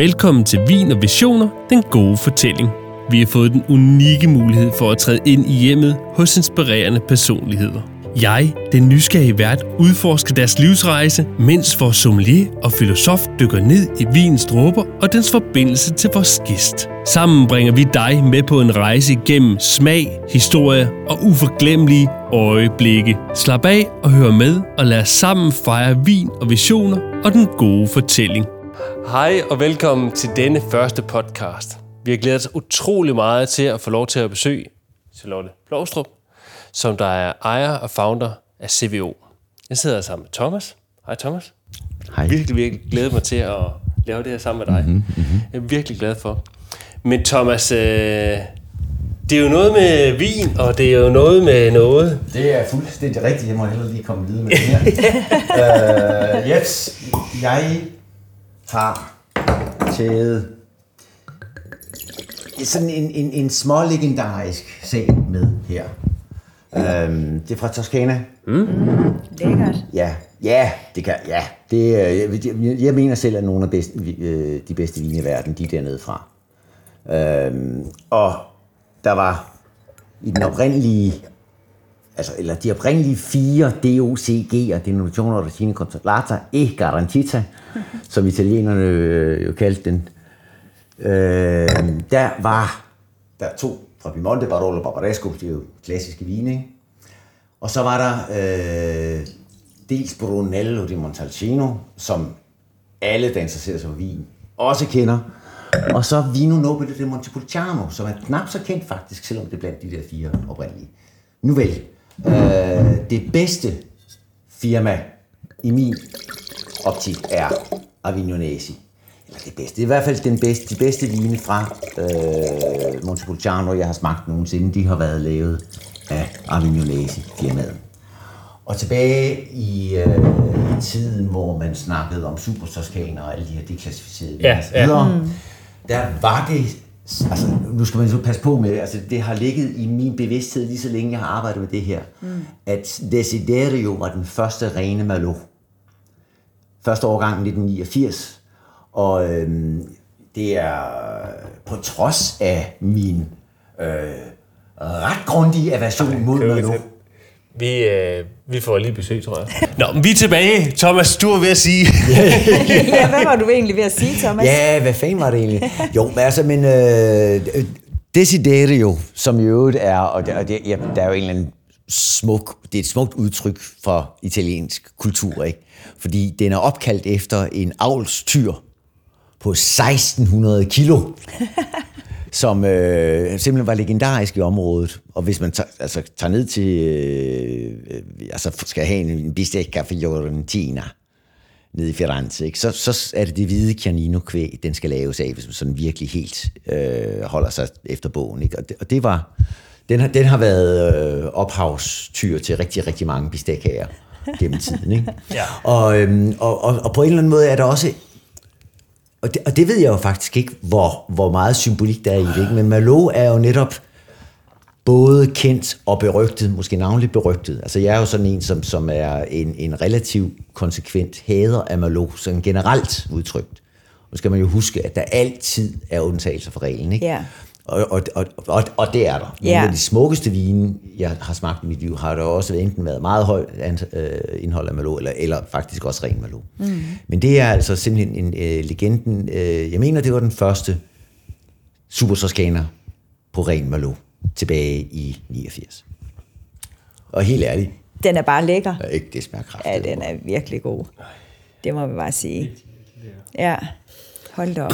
Velkommen til Vin og Visioner, den gode fortælling. Vi har fået den unikke mulighed for at træde ind i hjemmet hos inspirerende personligheder. Jeg, den nysgerrige vært, udforsker deres livsrejse, mens vores sommelier og filosof dykker ned i vinens dråber og dens forbindelse til vores gæst. Sammen bringer vi dig med på en rejse igennem smag, historie og uforglemmelige øjeblikke. Slap af og hør med, og lad os sammen fejre vin og visioner og den gode fortælling. Hej og velkommen til denne første podcast. Vi har glædet os utrolig meget til at få lov til at besøge Charlotte Bloustrup, som der er ejer og founder af CVO. Jeg sidder sammen med Thomas. Hej Thomas. Hej. Virkelig glædet mig til at lave det her sammen med dig. Jeg er virkelig glad for. Men Thomas, det er jo noget med vin, og det er jo noget med noget. Det er fuldstændig rigtigt. Jeg må hellere lige komme videre med det her. Yes, jeg har taget sådan en små legendarisk sag med her. Det er fra Toscana. Lækkert. Ja, det kan. Ja, jeg mener selv, at nogle af de bedste vine i verden, de er dernede fra. Og der var i den oprindelige, eller de oprindelige 4 DOCG'er, Denominazione Origine Controllata e Garantita, som italienerne jo kaldte den. Der var 2 fra Piemonte, Barolo og Barbaresco, det er jo klassiske vine, ikke? Og så var der dels Brunello di Montalcino, som alle, der interesserer sig for vin, også kender. Og så Vino Nobile di Montepulciano, som er knap så kendt faktisk, selvom det er blandt de der 4 oprindelige. Nu vel, det bedste firma i min optik er Avignonesi. Eller det bedste, det er i hvert fald de bedste vine fra Montepulciano, jeg har smagt nogensinde, de har været lavet af Avignonesi firmaet. Og tilbage i tiden, hvor man snakkede om Super Toscana og alle de her deklassificerede viner, der var det, altså nu skal man så passe på med, altså det har ligget i min bevidsthed lige så længe jeg har arbejdet med det her, at Desiderio var den første rene Merlot. Første årgang 1989, og det er på trods af min ret grundige aversion mod Merlot. Vi får lige besøg, tror jeg. Nå, vi er tilbage. Thomas, du var ved at sige. Ja, hvad var du egentlig ved at sige, Thomas? Ja, hvad fanden var det egentlig? Jo, men Desiderio, som i øvrigt er, og der er jo en eller anden det er et smukt udtryk for italiensk kultur, ikke? Fordi den er opkaldt efter en avlstyr på 1600 kilo. Som simpelthen var legendarisk i området. Og hvis man tager ned til, skal have en bistecca fiorentina nede i Firenze, ikke? Så er det hvide Chianino-kvæg, den skal laves af, hvis man sådan virkelig helt holder sig efter bogen, ikke? Og det var, den har været ophavstyr til rigtig, rigtig mange bisteccaer gennem tiden, ikke? Ja. Og på en eller anden måde er der også. Og det ved jeg jo faktisk ikke, hvor meget symbolik der er i det, ikke? Men Merlot er jo netop både kendt og berygtet, måske navnligt berygtet. Altså jeg er jo sådan en, som er en relativt konsekvent hader af Merlot, sådan generelt udtrykt. Nu skal man jo huske, at der altid er undtagelser for reglen, ikke? Ja. Og det er der. Nogle af de smukkeste vine, jeg har smagt i mit liv, har der også enten været meget højt indhold af Merlot, eller faktisk også ren Merlot. Men det er altså simpelthen en legenden. Jeg mener, det var den første Super Toscana på ren Merlot tilbage i 89. Og helt ærligt. Den er bare lækker. Ja, ikke, det smager kraftigt. Ja, den er virkelig god. Det må vi bare sige. Ja, hold da op.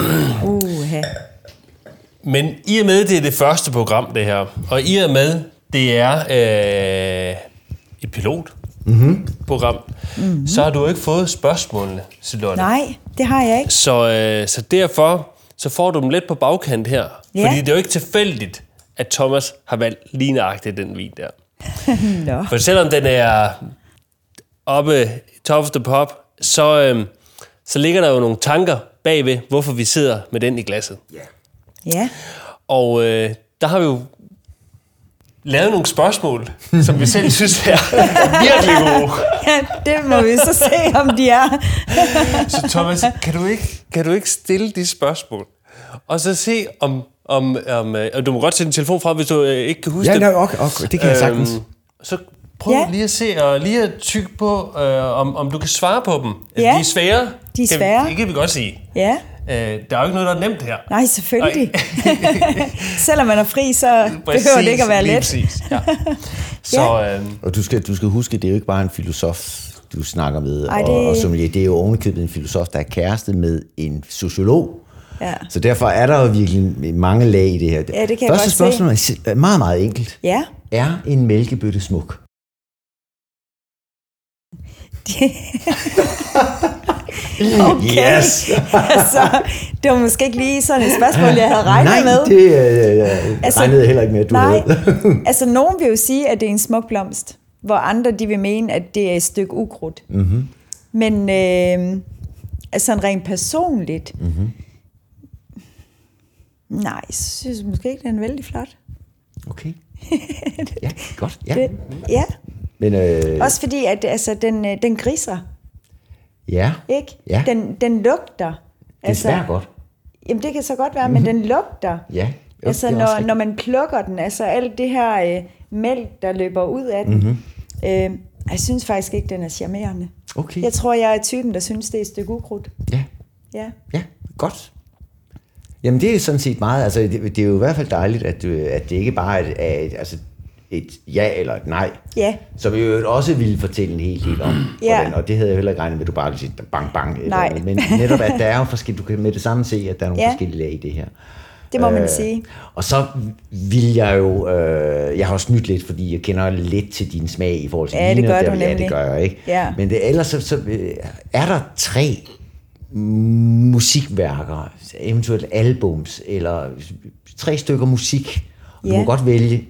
Men i og med, det er det første program, det her, og i og med, det er et pilotprogram, så har du ikke fået spørgsmålene, Charlotte. Nej, det har jeg ikke. Så derfor så får du dem lidt på bagkant her. Ja. Fordi det er jo ikke tilfældigt, at Thomas har valgt lige nøjagtigt den vin der. Nå. For selvom den er oppe top of the pop, så ligger der jo nogle tanker bagved, hvorfor vi sidder med den i glasset. Ja. Og der har vi jo lavet nogle spørgsmål, som vi selv synes er virkelig gode. Ja, det må vi så se, om de er. Så Thomas, kan du ikke stille de spørgsmål? Og så se om og du må godt sætte din telefon fra, hvis du ikke kan huske det. Ja, okay, det kan jeg sagtens. Så prøv lige at se, og lige at tykke på, om du kan svare på dem. Ja. De er svære. De er svære. Det kan vi godt sige. Ja. Der er jo ikke noget, der er nemt her. Nej, selvfølgelig. Selvom man er fri, så behøver det ikke at være let. Præcis, ja. Så, Og du skal huske, det er jo ikke bare en filosof, du snakker med. Og sommelier, det er jo ovenikøbet en filosof, der er kæreste med en sociolog. Ja. Så derfor er der jo virkelig mange lag i det her. Ja, det kan første jeg spørgsmål er meget, meget enkelt. Ja. Er en mælkebøtte smuk? Okay. Yes! Altså, det var måske ikke lige sådan et spørgsmål, jeg havde regnet med. Nej, det regnede jeg heller ikke med, at du havde. Altså, nogen vil jo sige, at det er en smuk blomst, hvor andre de vil mene, at det er et stykke ukrudt. Mm-hmm. Men altså rent personligt, nej, jeg synes måske ikke, den er vældig flot. Okay. Ja, godt. Ja. Ja. Men, også fordi, at altså, den griser. Ja. Ikke? Ja. Den lugter. Det smager godt. Jamen, det kan så godt være, men den lugter. Ja. Jo, altså, når man plukker den, altså alt det her mælk, der løber ud af den, jeg synes faktisk ikke, den er charmerende. Okay. Jeg tror, jeg er typen, der synes, det er et stykke ukrudt. Ja. Ja. Ja, godt. Jamen, det er sådan set meget, altså, det er jo i hvert fald dejligt, at det ikke bare er et ja eller et nej. Ja. Så vi jo også ville fortælle en hel del om, hvordan, og det havde jeg heller ikke regnet med, at du bare ville sige bang, bang. Nej. Men netop, at der er jo forskellige, du kan med det samme se, at der er nogle forskellige lag i det her. Det må man sige. Og så vil jeg jo, jeg har også snydt lidt, fordi jeg kender lidt til din smag i forhold til ja, viner. Det gør du nemlig. Ja, det gør jeg, ikke? Ja. Men ellers så er der 3 musikværker, eventuelt albums, eller 3 stykker musik, og du må godt vælge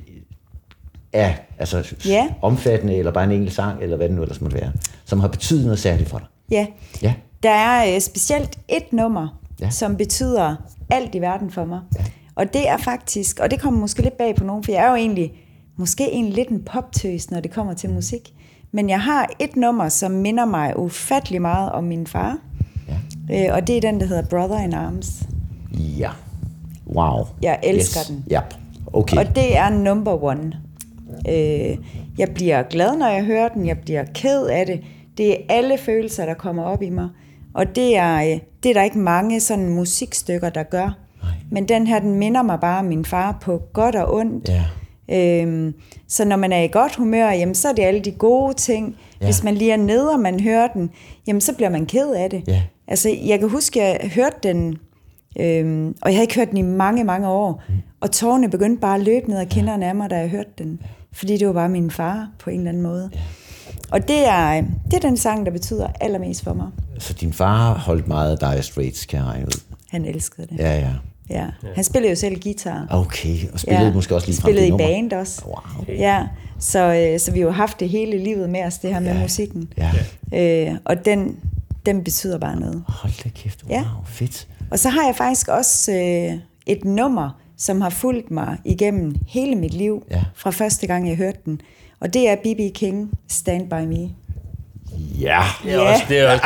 omfattende, eller bare en enkelt sang, eller hvad det nu ellers måtte være, som har betydet noget særligt for dig. Ja. Ja. Der er specielt et nummer, som betyder alt i verden for mig. Ja. Og det er faktisk, og det kommer måske lidt bag på nogen, for jeg er jo egentlig lidt en poptøs, når det kommer til musik. Men jeg har et nummer, som minder mig ufattelig meget om min far. Ja. Og det er den, der hedder Brother in Arms. Ja. Wow. Jeg elsker den. Ja. Okay. Og det er number 1. Jeg bliver glad, når jeg hører den. Jeg bliver ked af det. Det er alle følelser, der kommer op i mig. Og det er der ikke mange sådan musikstykker, der gør. Nej. Men den her, den minder mig bare om min far på godt og ondt. Ja. Så når man er i godt humør, jamen, så er det alle de gode ting. Ja. Hvis man lige er nede, og man hører den, jamen, så bliver man ked af det. Ja. Altså, jeg kan huske, jeg hørte den, og jeg havde ikke hørt den i mange, mange år. Og tårerne begyndte bare at løbe ned ad kinderne af mig, da jeg hørte den. Fordi det var bare min far på en eller anden måde. Ja. Og det er den sang, der betyder allermest for mig. Så din far holdt meget Dire Straits, kan jeg regne ud? Han elskede det. Ja. Han spillede jo selv guitar. Okay, og spillede måske også lige frem spillede i band også. Wow. Okay. Ja, så vi har jo haft det hele livet med os, det her med musikken. Ja. Og den betyder bare noget. Hold da kæft, wow, fedt. Og så har jeg faktisk også et nummer, som har fulgt mig igennem hele mit liv, fra første gang jeg hørte den. Og det er B.B. King, Stand By Me. Ja. Det er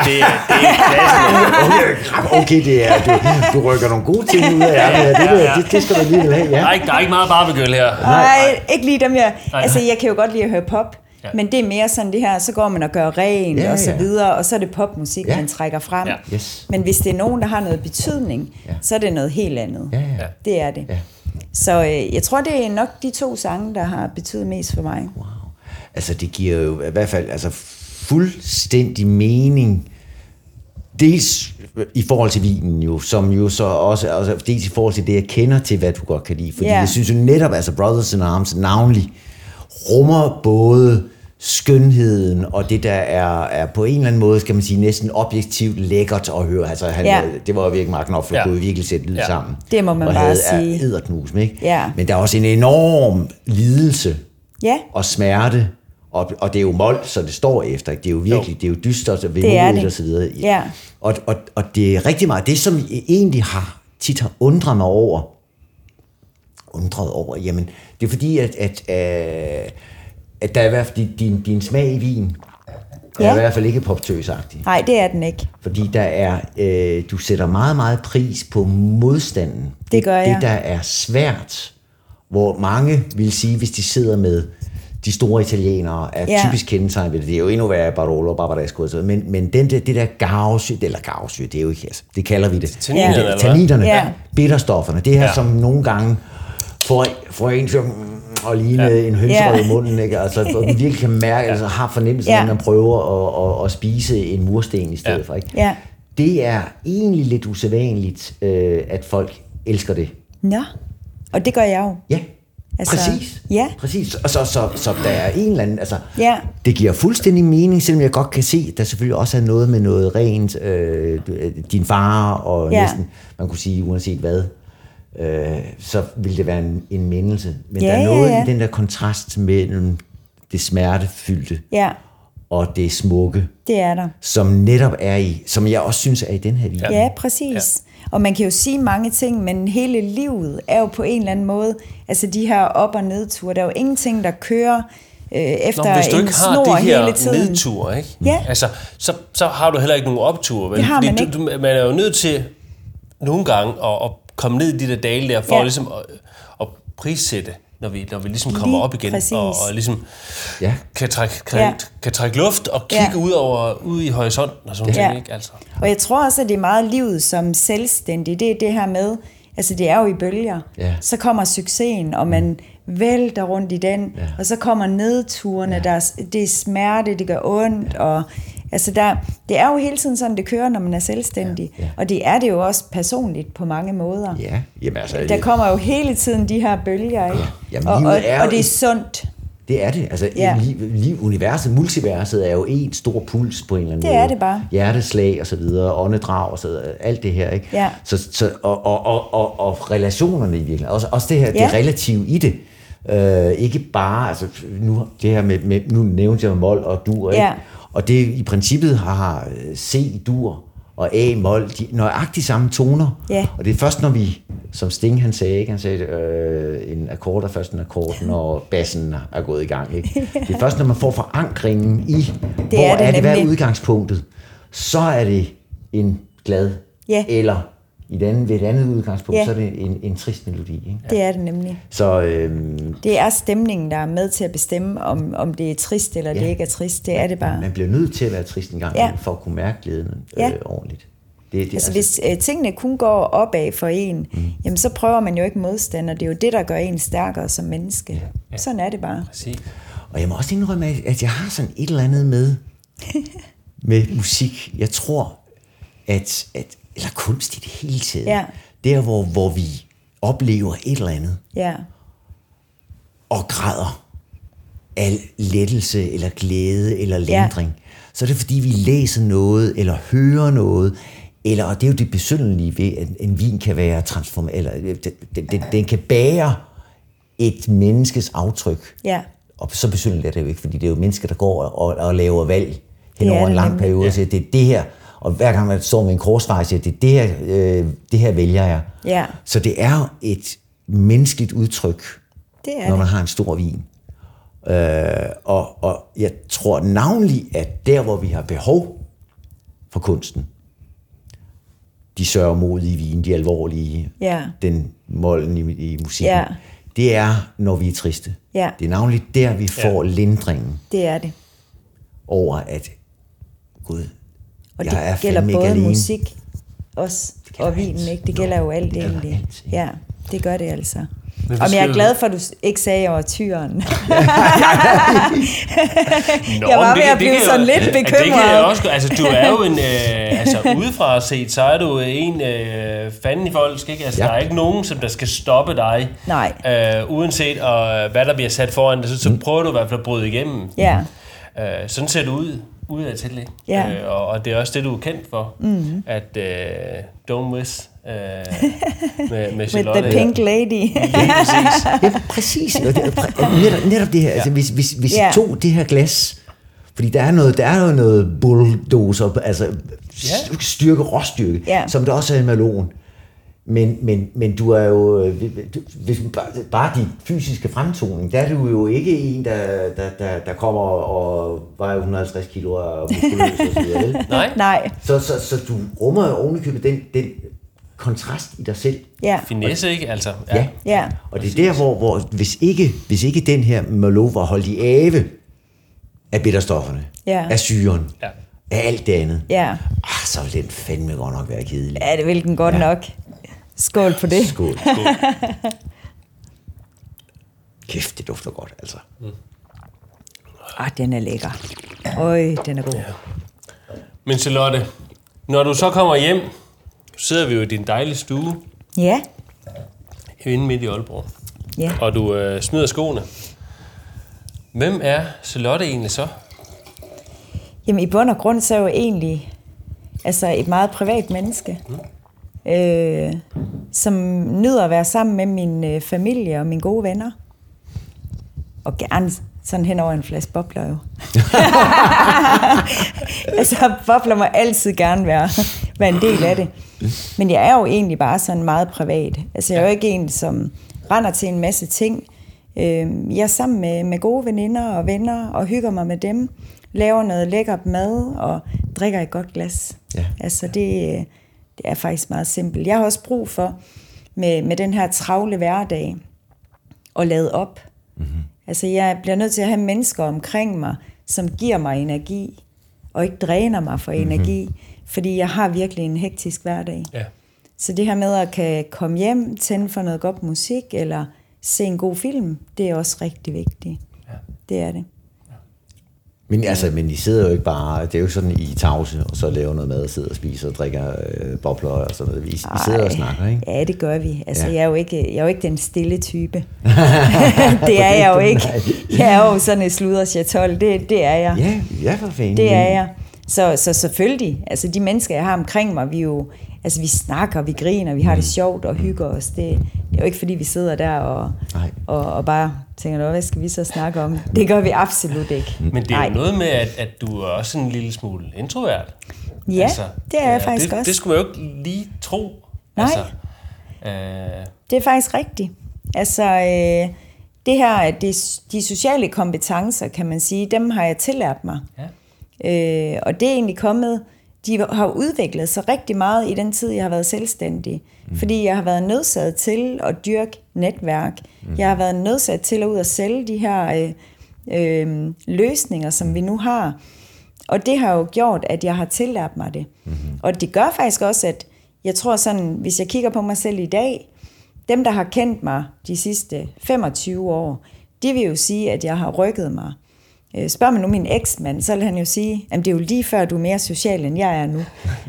klasse. Okay, det er, du rykker nogle gode ting ud af det. Det skal du lige have. Ja. Der er ikke meget barbegøl her. Nej, ikke lige dem jeg. Altså, jeg kan jo godt lide at høre pop. Ja. Men det er mere sådan det her, så går man og gør rent og så videre, og så er det popmusik, man trækker frem. Ja. Yes. Men hvis det er nogen, der har noget betydning, så er det noget helt andet. Ja. Det er det. Ja. Så jeg tror, det er nok de 2 sange, der har betydet mest for mig. Wow. Altså, det giver jo i hvert fald fuldstændig mening. Dels i forhold til vinen jo, som jo så også dels i forhold til det, jeg kender til, hvad du godt kan lide. Fordi jeg synes jo netop, Brothers in Arms navnlig rummer både skønheden og det, der er på en eller anden måde, skal man sige, næsten objektivt lækkert at høre. Altså, det var jo virkelig Mark Knopfler, kunne virkelig sætte lyd sammen. Det må man og bare sige. Og edderknus, ikke? Ja. Men der er også en enorm lidelse og smerte, og det er jo mol, så det står efter. Det er jo virkelig, det er jo dystert og vemodigt og så videre. Ja. Og det er rigtig meget, det som jeg egentlig tit har undret mig over, undret over? Jamen, det er fordi, at der er i hvert fald din smag i vin er i hvert fald ikke poptøsagtig. Nej, det er den ikke. Fordi der er, du sætter meget, meget pris på modstanden. Det gør jeg. Det, der er svært, hvor mange vil sige, hvis de sidder med de store italienere, er typisk kendetegn ved det. Det er jo endnu værre Barolo og Barbaresco. Men det der garvesyre, det er jo ikke, altså, det kalder vi det. Tanninerne, bitterstofferne. Det her, som nogle gange får en og ligne en hønserød i munden, ikke? Altså, hvor man virkelig kan mærke, altså har fornemmelsen, når man prøver at spise en mursten i stedet for. Ikke? Ja. Det er egentlig lidt usædvanligt, at folk elsker det. Nå, og det gør jeg jo. Ja, altså, præcis. Og så der er en eller anden, altså, det giver fuldstændig mening, selvom jeg godt kan se, at der selvfølgelig også er noget med noget rent, din far og næsten, man kunne sige, uanset hvad, så vil det være en mindelse. Men der er noget i den der kontrast mellem det smertefyldte og det smukke. Det er der. Som netop er i, som jeg også synes er i den her vin. Ja, præcis. Ja. Og man kan jo sige mange ting, men hele livet er jo på en eller anden måde, altså de her op- og nedture, der er jo ingenting, der kører efter hvis du en ikke har snor de her hele tiden. nedture, ikke? Ja. Altså, så har du heller ikke nogen opture. Vel? Det har man ikke. Man er jo nødt til nogle gange at komme ned i de der dale der, for ligesom at prissætte, når vi ligesom kommer op igen, og ligesom kan trække luft og kigge ud i horisonten og sådan noget, ikke? Altså. Og jeg tror også, at det er meget livet som selvstændig. Det er det her med, altså det er jo i bølger. Ja. Så kommer succesen, og man vælter rundt i den, og så kommer nedturene, det er smerte, det gør ondt, og altså det er jo hele tiden sådan, det kører, når man er selvstændig. Ja. Og det er det jo også personligt på mange måder. Ja. Jamen, altså, der kommer jo hele tiden de her bølger, ikke? Jamen, og det er sundt. Det er det. Altså, universet, multiverset er jo en stor puls på en eller anden måde. Det er det bare. Hjerteslag og så videre, åndedrag og så videre, alt det her, ikke? Ja. Og relationerne i virkeligheden. Også det her, det relative i det. Ikke bare, altså nu det her med nu nævnte jeg mol og dur, ikke? Og det i princippet har C-dur og A-mol, de nøjagtigt samme toner. Yeah. Og det er først når vi, som Sting han sagde, en akkord er først en akkord, når bassen er gået i gang. Ikke? Det er først når man får forankringen i, hvad er udgangspunktet, så er det en glad, eller ved et andet udgangspunkt, så er det en trist melodi. Ikke? Det er det nemlig. Så, det er stemningen, der er med til at bestemme, om det er trist eller det ikke er trist. Det er det bare. Man bliver nødt til at være trist en gang, for at kunne mærke glæden ordentligt. Altså hvis tingene kun går opad for en, jamen så prøver man jo ikke modstand, og det er jo det, der gør en stærkere som menneske. Ja. Sådan er det bare. Præcis. Og jeg må også indrømme, at jeg har sådan et eller andet med musik. Jeg tror, at eller kunst i det hele taget. Der, hvor vi oplever et eller andet. Og græder af lettelse, eller glæde, eller lindring. Så er det fordi, vi læser noget, eller hører noget, eller, og det er jo det besynderlige ved, at en vin kan være transformeret, eller den kan bære et menneskes aftryk. Og så besynderligt er det jo ikke, fordi det er jo mennesker, der går og laver valg hen over en lang periode, og siger, det er det her. Og hver gang man står med en korsvej, siger det her vælger jeg. Ja. Så det er et menneskeligt udtryk, når man har en stor vin. Og jeg tror navnlig, at der, hvor vi har behov for kunsten, de sørgmodige vine, de alvorlige, den molden i musikken, det er, når vi er triste. Ja. Det er navnlig der, vi får lindringen. Det er det. Over at, Gud, og det gælder både alene. Musik også, og vinen, ikke? Det gælder jo alt egentlig. Ja, det gør det altså. Og jeg er glad for, at du ikke sagde, at jeg var tyren. Jeg var ved at blive sådan lidt bekymret. Det kan jeg også. Altså, du er jo en... udefra set, så er du en fanden i folk, ikke? Altså, der er ikke nogen, som der skal stoppe dig. Nej. Uanset hvad der bliver sat foran dig, så prøver du i hvert fald at bryde igennem. Ja. Sådan ser du ud af til det. Ja. Og det er også det, du er kendt for. Mm-hmm. At Don't Miss med Charlotte. With the Pink Lady. Præcis. Netop det her. Altså, hvis I tog det her glas, fordi der er noget bulldozer, altså råstyrke, som der også er i Malone. Men du er jo, hvis bare din fysiske fremtoning, der er du jo ikke en, der kommer og vejer 150 kilo og muskuløs og så videre. Nej. Så du rummer jo ovenikøbet den kontrast i dig selv. Ja. Finesse, ikke? Altså, Ja. Og det er der, hvor hvis ikke den her Merlot var holdt i ave af bitterstofferne, af syren, af alt det andet, så ville den fandme godt nok være kedelig. Ja, det ville den godt nok. Skål på det. Skål. Kæft, det dufter godt, altså. Den er lækker. Øj, den er god. Ja. Men Charlotte, når du så kommer hjem, sidder vi jo i din dejlige stue. Ja. Inde midt i Aalborg. Ja. Og du smider skoene. Hvem er Charlotte egentlig så? Jamen i bund og grund så er jeg jo egentlig et meget privat menneske. Som nyder at være sammen med min familie og mine gode venner. Og gerne sådan hen over en flaske bobler jo. Bobler må altid gerne være en del af det. Men jeg er jo egentlig bare sådan meget privat. Jeg er jo ikke en, som render til en masse ting. Jeg er sammen med gode veninder og venner og hygger mig med dem. Laver noget lækkert mad og drikker et godt glas. Ja. Det er faktisk meget simpelt. Jeg har også brug for med den her travle hverdag at lade op. Mm-hmm. Jeg bliver nødt til at have mennesker omkring mig, som giver mig energi, og ikke dræner mig for energi, fordi jeg har virkelig en hektisk hverdag. Ja. Så det her med at kan komme hjem, tænde for noget godt musik, eller se en god film, det er også rigtig vigtigt. Ja. Det er det. Men I sidder jo ikke bare, det er jo sådan i tavse, og så laver noget mad og sidder og spiser og drikker bobler og sådan noget. I sidder og snakker, ikke? Ja, det gør vi. Jeg er jo ikke den stille type. Det er jeg jo ikke. Jeg er jo sådan et sluder-chatol, det er jeg. Ja, for fanden. Det er jeg. Så selvfølgelig, de mennesker, jeg har omkring mig, vi snakker, vi griner, vi har det sjovt og hygger os. Det er jo ikke, fordi vi sidder der og bare tænker, hvad skal vi så snakke om? Det gør vi absolut ikke. Men det er jo noget med, at du er også en lille smule introvert. Ja, det er jeg faktisk også. Det skulle man jo ikke lige tro. Nej, det er faktisk rigtigt. Det her, de sociale kompetencer, kan man sige, dem har jeg tillært mig. Ja. Og det er egentlig kommet, de har udviklet sig rigtig meget i den tid, jeg har været selvstændig. Fordi jeg har været nødsaget til at dyrke netværk. Jeg har været nødsaget til at ud og sælge de her løsninger, som vi nu har. Og det har jo gjort, at jeg har tillært mig det. Og det gør faktisk også, at jeg tror sådan, hvis jeg kigger på mig selv i dag, dem, der har kendt mig de sidste 25 år, de vil jo sige, at jeg har rykket mig. Spørger man nu min eksmand, så vil han jo sige, at det er jo lige før, du er mere social, end jeg er nu.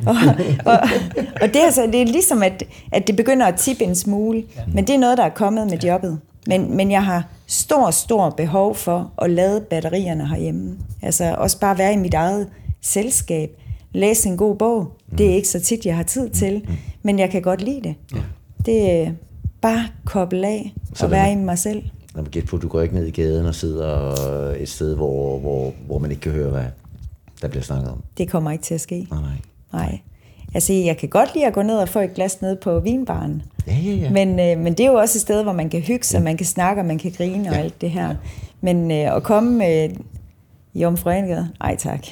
og det er ligesom, at det begynder at tippe en smule, men det er noget, der er kommet med jobbet. Men jeg har stor behov for at lade batterierne herhjemme. Også bare være i mit eget selskab, læse en god bog. Det er ikke så tit, jeg har tid til, men jeg kan godt lide det. Det er bare koble af og være i mig selv. Når man gætter på, at du går ikke ned i gaden og sidder et sted, hvor man ikke kan høre, hvad der bliver snakket om. Det kommer ikke til at ske. Nej. Jeg kan godt lide at gå ned og få et glas ned på vinbaren. Ja. Men det er jo også et sted, hvor man kan hygge sig, man kan snakke, og man kan grine og alt det her. Men at komme i Omfrøengade, ej tak.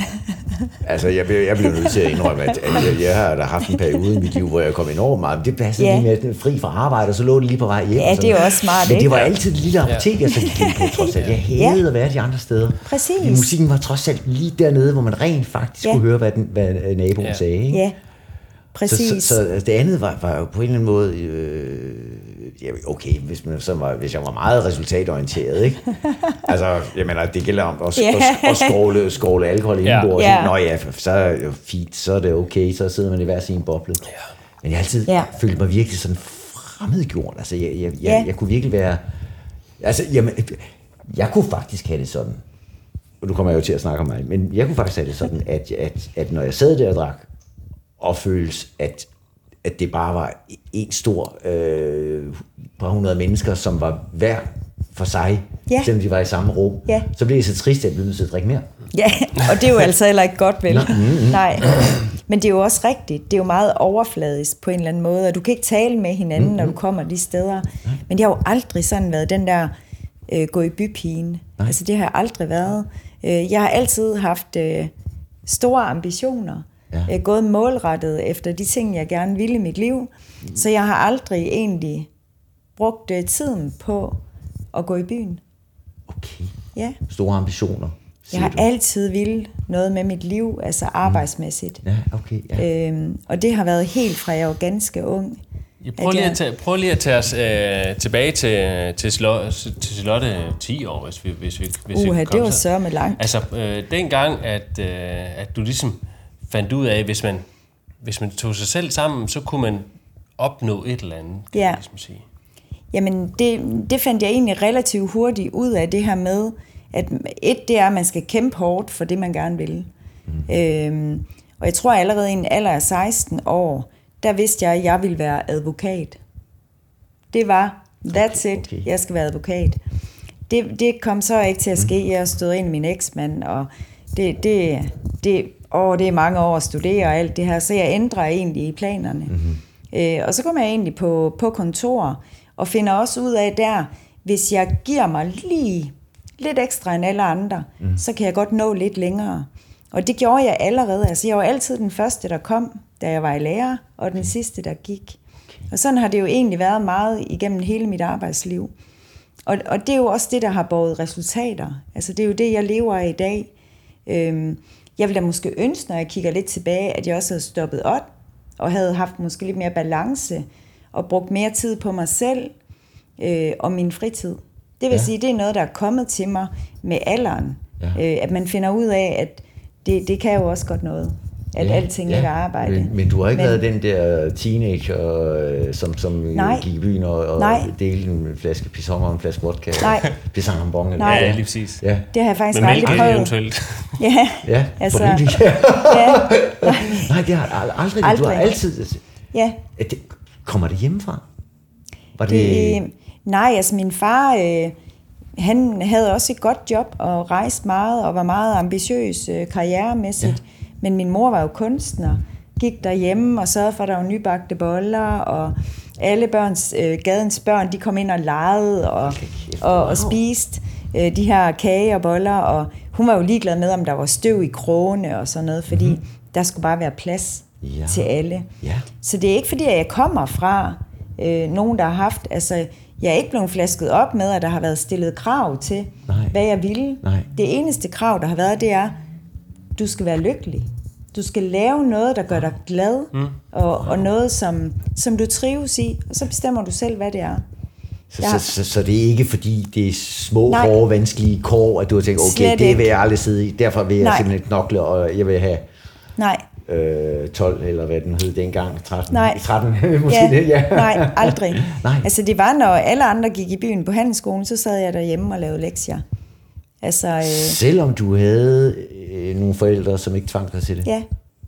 Jeg bliver nødt til at indrømme, at jeg har da haft en periode i mit liv, hvor jeg kom enormt meget. Det passede lige med fri fra arbejde, og så lå det lige på vej hjem. Ja, det er jo også smart, men det var altid et lille apotek, jeg så gik ind på, trods alt. Jeg havde at være de andre steder. Præcis. Men musikken var trods alt lige dernede, hvor man rent faktisk kunne høre, hvad naboen sagde. Ikke? Ja, præcis. Så det andet var jo på en eller anden måde... okay, hvis jeg var meget resultatorienteret, ikke? Det gælder om at skåle alkohol indenbords. Så er det jo fint, så er det okay, så sidder man i hver sin boble. Ja. Men jeg har altid følt mig virkelig sådan fremmedgjort. Jeg kunne virkelig være... jeg kunne faktisk have det sådan, og nu kommer jeg jo til at snakke om mig, men jeg kunne faktisk have det sådan, at når jeg sad der og drak, og føles, at det bare var en stor par 100 mennesker, som var hver for sig, selvom de var i samme rum, så blev jeg så trist, at jeg blev nødt til at drikke mere. Ja, og det er jo altså heller ikke godt, vel? Nej. Men det er jo også rigtigt. Det er jo meget overfladisk på en eller anden måde, og du kan ikke tale med hinanden, når du kommer de steder. Men det har jo aldrig sådan været den der gå i bypigen. Altså det har jeg aldrig været. Jeg har altid haft store ambitioner. Gået målrettet efter de ting, jeg gerne ville i mit liv. Så jeg har aldrig egentlig brugt tiden på at gå i byen. Okay. Ja. Store ambitioner. Jeg har altid ville noget med mit liv, altså arbejdsmæssigt. Ja, okay. Ja. Og det har været helt fra jeg var ganske ung. Prøv lige at tage os tilbage til Charlotte 10 år, hvis vi det var sørme langt. Altså, dengang, at du ligesom fandt ud af, hvis man tog sig selv sammen, så kunne man opnå et eller andet, kan man ligesom sige. Jamen, det fandt jeg egentlig relativt hurtigt ud af det her med, at det er, at man skal kæmpe hårdt for det, man gerne vil. Og jeg tror allerede i en alder af 16 år, der vidste jeg, at jeg ville være advokat. Det var, that's it, jeg skal være advokat. Det kom så ikke til at ske. Jeg stod ind med min eksmand, og det er mange år at studere og alt det her, så jeg ændrer egentlig i planerne. Og så kommer jeg egentlig på kontor, og finder også ud af der, hvis jeg giver mig lige lidt ekstra end alle andre, så kan jeg godt nå lidt længere. Og det gjorde jeg allerede. Altså, jeg var altid den første, der kom, da jeg var i lærer, og den sidste, der gik. Og sådan har det jo egentlig været meget igennem hele mit arbejdsliv. Og det er jo også det, der har båret resultater. Altså, det er jo det, jeg lever af i dag. Jeg vil da måske ønske, når jeg kigger lidt tilbage, at jeg også havde stoppet op, og havde haft måske lidt mere balance, og brugt mere tid på mig selv, og min fritid. Det vil sige, det er noget, der er kommet til mig med alderen. At man finder ud af, at det kan jo også godt noget. At alting ikke er arbejde. Men du har ikke været den der teenager, som gik i byen og delte en flaske pisson og en flaske vodka. Nej. Pisson en bonge. Nej, lige præcis. Ja. Det har jeg faktisk aldrig prøvet. Eventuelt. Ja, altså. Nej, det har aldrig. Du har altid. Ja. Kommer det hjemmefra? Var nej, altså min far, han havde også et godt job og rejste meget og var meget ambitiøs karrieremæssigt. Men min mor var jo kunstner, gik derhjemme og sørgede for, at der var nybagte boller, og alle gadens børn, de kom ind og legede og spiste de her kage og boller, og hun var jo ligeglad med, om der var støv i krogene og sådan noget, fordi der skulle bare være plads til alle. Så det er ikke fordi, at jeg kommer fra nogen, der har haft, altså jeg er ikke blevet flasket op med, at der har været stillet krav til, hvad jeg ville. Det eneste krav, der har været, det er, du skal være lykkelig. Du skal lave noget, der gør dig glad, og noget, som du trives i, og så bestemmer du selv, hvad det er. Så det er ikke fordi, det er små, hårde, vanskelige kår, at du har tænkt, okay, det vil jeg aldrig sidde i, derfor vil jeg simpelthen knokle, og jeg vil have 12, eller hvad den hed dengang, 13 måske. Nej, aldrig. Altså det var, når alle andre gik i byen på handelsskolen, så sad jeg derhjemme og lavede lektier. Altså, selvom du havde nogle forældre, som ikke tvang dig til det?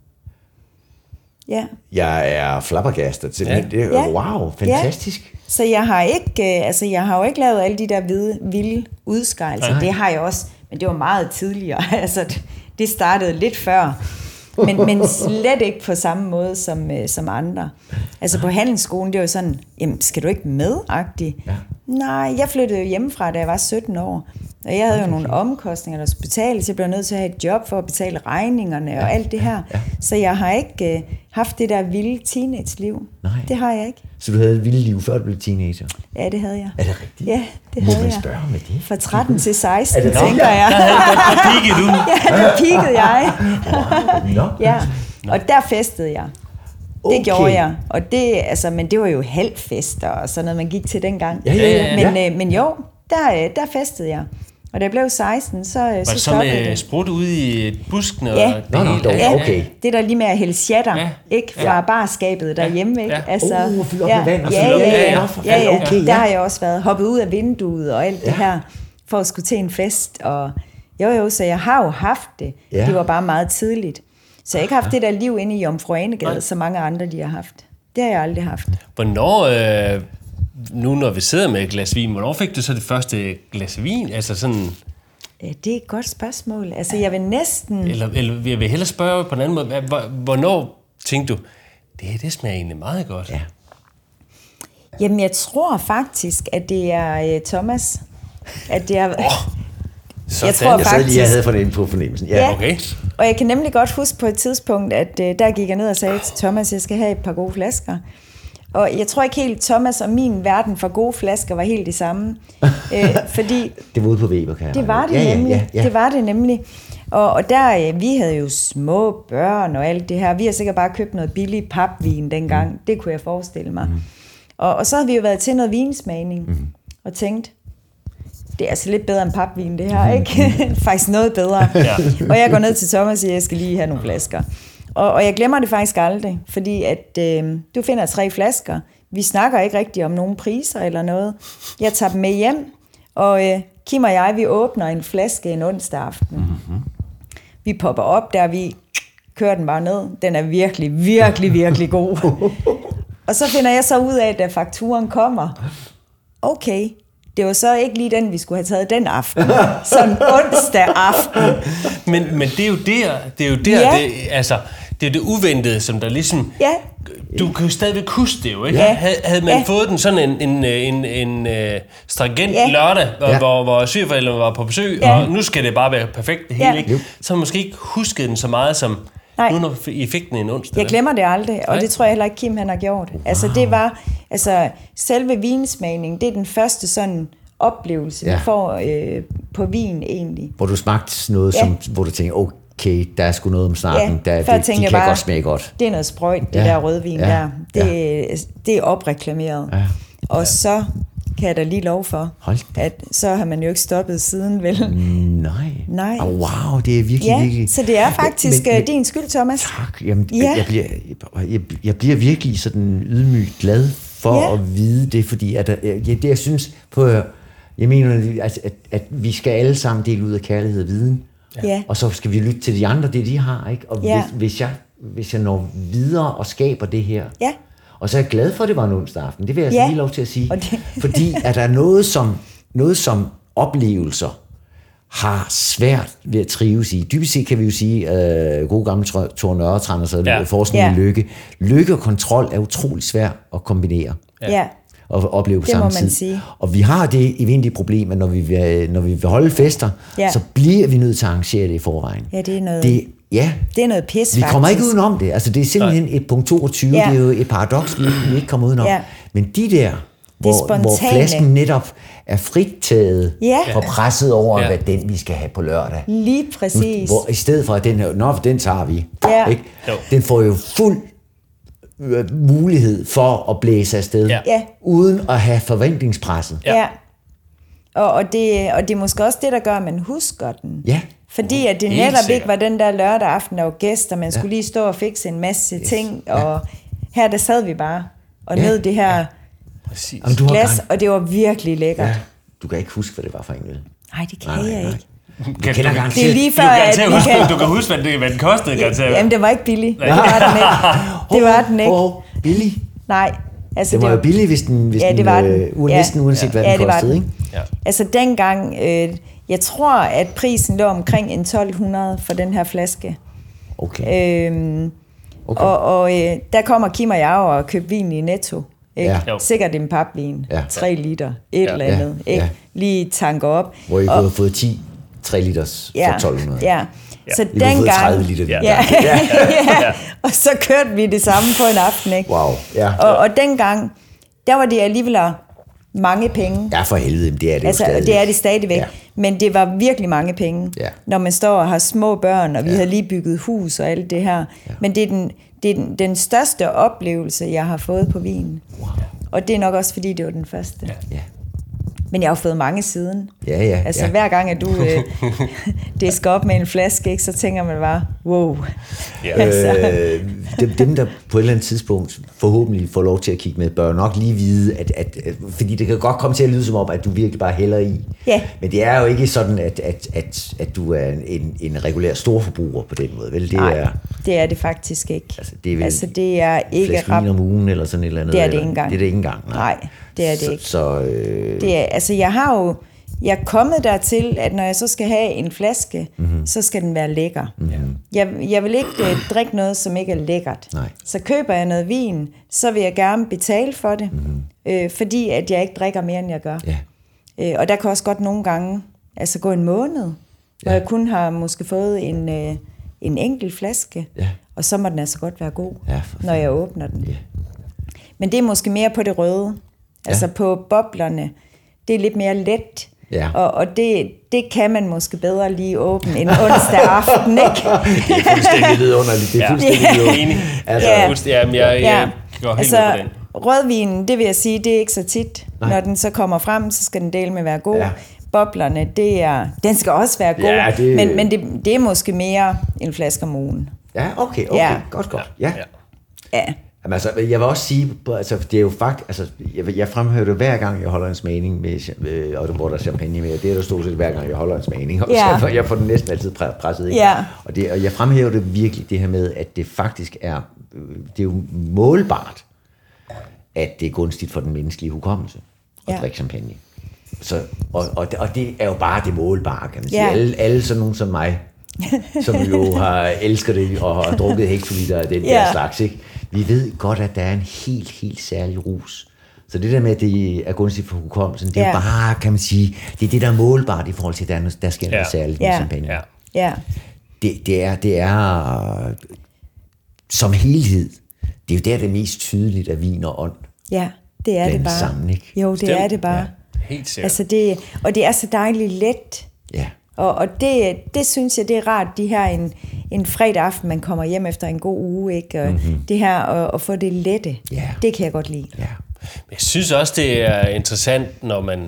Ja. Jeg er flabbergastet til det. Wow, fantastisk. Ja. Så jeg har jo ikke lavet alle de der vilde udskejelser. Det har jeg også, men det var meget tidligere. Altså, det startede lidt før. Men slet ikke på samme måde som andre. Altså på handelsskolen, det var jo sådan, jamen, skal du ikke med-agtig? Nej, jeg flyttede jo hjemmefra, da jeg var 17 år. Og jeg havde jo nogle omkostninger, der skulle betales. Jeg blev nødt til at have et job for at betale regningerne og alt det her. Så jeg har ikke haft det der vilde teenage-liv. Det har jeg ikke. Så du havde et vildt liv, før du blev teenager? Ja, det havde jeg. Er det rigtigt? Ja, det havde jeg. Må man spørge med det? Fra 13 til 16, tænker jeg. Der peakede du. Ja, der peakede jeg. Ja. Og der festede jeg. Det gjorde jeg. Og det, altså, men det var jo halvfester og sådan noget, man gik til dengang. Men jo, der festede jeg. Og da jeg blev 16, så var det så med sprut ude i busken? Okay. Det der lige med at hælde shatter, ikke? Fra barskabet derhjemme, ikke? Altså, fylde op med vand og Der har jeg også været hoppet ud af vinduet og alt det her, for at skulle til en fest. Og så jeg har jo haft det. Det var bare meget tidligt. Så jeg har ikke haft det der liv inde i Jomfru Ane-Gade, som mange andre, de har haft. Det har jeg aldrig haft. Hvornår, nu når vi sidder med et glas vin, hvornår fik du så det første glas vin? Altså sådan... Ja, det er et godt spørgsmål. Altså, jeg vil næsten... Eller jeg vil hellere spørge på en anden måde. Hvornår tænkte du, det smager egentlig meget godt? Ja. Jamen, jeg tror faktisk, at det er Thomas. At det er... Jeg tror faktisk... Jeg havde fornemt på fornemmelsen. Ja, okay. Og jeg kan nemlig godt huske på et tidspunkt, at der gik jeg ned og sagde til Thomas, jeg skal have et par gode flasker. Og jeg tror ikke helt, Thomas og min verden for gode flasker var helt det samme. Fordi det var ude på Weber, kan jeg. Det var det nemlig. Ja. Det var det nemlig. Og der, vi havde jo små børn og alt det her. Vi har sikkert bare købt noget billig papvin dengang. Det kunne jeg forestille mig. Og så havde vi jo været til noget vinsmagning. Og tænkt, det er altså lidt bedre end papvin, det her, ikke? Faktisk noget bedre. Ja. Og jeg går ned til Thomas og siger, jeg skal lige have nogle flasker. Og jeg glemmer det faktisk aldrig, fordi at du finder 3 flasker. Vi snakker ikke rigtig om nogen priser eller noget. Jeg tager dem med hjem, og Kim og jeg, vi åbner en flaske en onsdag aften. Vi popper op der, vi kører den bare ned. Den er virkelig, virkelig, virkelig god. Og så finder jeg så ud af, at da fakturen kommer, okay, det var så ikke lige den, vi skulle have taget den aften. Sådan onsdag aften. Men det er jo der, ja. Det er det uventede, som der ligesom... Ja. Du kan jo stadigvæk huske det jo, ikke? Ja. Havde man fået den sådan en stringent lørdag, hvor svigerforældrene var på besøg, og nu skal det bare være perfekt det hele, ikke? Så har man måske ikke husket den så meget som... Nu når I fik den en onsdag. Jeg glemmer det aldrig, og det tror jeg heller ikke, Kim han har gjort. Wow. Altså det var, selve vinsmagning, det er den første sådan oplevelse, vi får på vin egentlig. Hvor du smagte noget, hvor du tænkte, okay, der er sgu noget om snakken, de kan godt smage godt. Det er noget sprøjt, det der rødvin der. Det er opreklameret. Ja. Og så kan jeg da lige lov for, at så har man jo ikke stoppet siden, vel? Nej. Oh, wow, det er virkelig... så det er faktisk din skyld, Thomas. Tak. Jamen, jeg bliver virkelig sådan ydmygt glad for at vide det, fordi det jeg synes på... Jeg mener, at vi skal alle sammen dele ud af kærlighed og viden, og så skal vi lytte til de andre, det de har, ikke? Og hvis jeg når videre og skaber det her... Ja. Og så er jeg glad for, at det var en onsdag aften. Det vil jeg lige lov til at sige. Fordi at der er noget som oplevelser har svært ved at trives i. Dybest set kan vi jo sige, gode gamle Thor Nørretrand og så forskning i lykke. Lykke og kontrol er utrolig svært at kombinere. Ja. Og opleve på samme tid. Sige. Og vi har det eventlige problem, at når vi vil holde fester, så bliver vi nødt til at arrangere det i forvejen. Ja, det er noget... Det er noget pis, vi kommer ikke udenom det. Altså, det er simpelthen et punkt 22. Det er jo et paradoks, vi ikke kommer udenom. Men de der, hvor flasken netop er fritaget og presset over, hvad den vi skal have på lørdag. Lige præcis. Hvor i stedet for, at den tager vi. Ikke? Den får jo fuld mulighed for at blæse afsted, uden at have forventningspresset. Ja. Og det er måske også det, der gør, at man husker den. Ja. Fordi at det netop ikke var den der lørdag aften, der var gæster, man skulle lige stå og fikse en masse ting, og her der sad vi bare og nød det her glas, og det var virkelig lækkert. Ja. Du kan ikke huske, hvad det var for en øl. Nej, det kan jeg ikke. Det er lige før, at du kan huske, hvad den kostede, garanteret. Jamen, det var ikke billigt. Det var den ikke. Billig? Nej. Altså, det var jo billigt, hvis den næsten uanset hvad den kostede, ikke? Ja. Altså dengang, jeg tror, at prisen lå omkring en 1200 for den her flaske. Okay. Og der kommer Kim og jeg og køber vin i Netto. Sikkert en papvin, 3 liter, et eller andet. Ikke? Lige tanker op. Hvor I kunne have fået 3 liters for 1200. Ja. Så I kunne have 30 liter. Og så kørte vi det samme på en aften, ikke? Wow. Ja. Og dengang, der var det alligevel mange penge. Ja, for helvede, det er det jo stadigvæk. Det er det stadigvæk. Ja. Men det var virkelig mange penge, når man står og har små børn, og vi havde lige bygget hus og alt det her. Ja. Men det er den største oplevelse, jeg har fået på vinen. Wow. Og det er nok også, fordi det var den første. Ja. Men jeg har jo fået mange siden. Altså hver gang, at du disker op med en flaske, ikke, så tænker man bare, wow. Dem, der på et eller andet tidspunkt forhåbentlig får lov til at kigge med, bør nok lige vide, at fordi det kan godt komme til at lyde som om, at du virkelig bare hælder i. Ja. Men det er jo ikke sådan, at du er en regulær storforbruger på den måde. Vel? Det er det faktisk ikke. Altså, det er ikke flaske vin om ugen eller sådan et eller andet. Det er det ikke engang. Det er det ikke engang. Nej, det er det ikke. Det er, altså, jeg jeg er kommet dertil, at når jeg så skal have en flaske, så skal den være lækker. Jeg vil ikke drikke noget, som ikke er lækkert. Nej. Så køber jeg noget vin, så vil jeg gerne betale for det, fordi at jeg ikke drikker mere, end jeg gør. Ja. Og der kan også godt nogle gange gå en måned, hvor jeg kun har måske fået en enkelt flaske, og så må den altså godt være god, når jeg åbner den. Yeah. Men det er måske mere på det røde, på boblerne. Det er lidt mere let, og det kan man måske bedre lige åbne en onsdag aften, ikke? Det er fuldstændig vidunderligt. Det er fuldstændig vidunderligt. Jeg går helt med på den. Rødvinen, det vil jeg sige, det er ikke så tit. Nej. Når den så kommer frem, så skal den dele med være god. Ja. Boblerne, den skal også være god, men det er måske mere en flaske om ugen. Ja, okay. Godt. Ja. Jamen, altså, jeg vil også sige, det er jo faktisk, jeg fremhører det hver gang, jeg holder en smagning, og hvor der er champagne med, det er der stort set hver gang, jeg holder en smagning, og så jeg får den næsten altid presset ind. Ja. Og jeg fremhæver det virkelig, det her med, at det faktisk det er jo målbart, at det er gunstigt for den menneskelige hukommelse at drikke champagne. Så, og det er jo bare det målbare, kan man sige. Alle sådan nogen som mig, som jo har elsket det og har drukket hektoliter af den der slags, ikke? Vi ved godt, at der er en helt særlig rus. Så det der med, at det er gunstigt for hukommelsen, det er jo bare, kan man sige, det er det, der er målbart i forhold til, at der sker noget særligt med champagne. Ja. Det er som helhed, det er jo der, det er mest tydeligt af vin og ånd. Ja, det er det bare. Sammen, ikke? Jo, det er det bare. Ja. Helt sikkert. Og det er så dejligt let. Ja. Og det synes jeg, det er rart, de her en fredag aften, man kommer hjem efter en god uge, ikke? Og det her at få det lette, det kan jeg godt lide. Ja. Jeg synes også, det er interessant, når man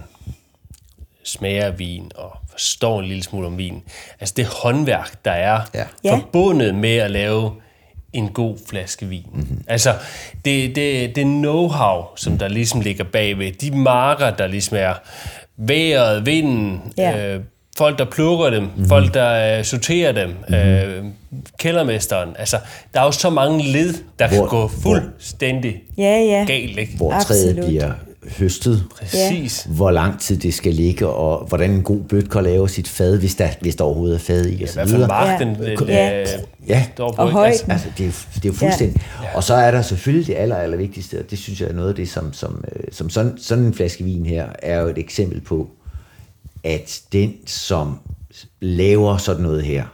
smager vin og forstår en lille smule om vin. Altså det håndværk, der er forbundet med at lave en god flaske vin. Altså det know-how, som der ligesom ligger bagved, de marker, der ligesom er vejret, vinden, folk, der plukker dem, folk, der sorterer dem, kældermesteren. Altså, der er jo så mange led, der kan gå fuldstændig galt, ikke? Hvor træet bliver høstet. Præcis. Hvor lang tid det skal ligge, og hvordan en god bødt kan lave sit fad, hvis der overhovedet er fad i, og så videre. I hvert fald marken, og højden. Altså, det er jo fuldstændig. Ja. Og så er der selvfølgelig det aller vigtigste, og det synes jeg er noget af det, som sådan en flaske vin her, er jo et eksempel på, at den, som laver sådan noget her,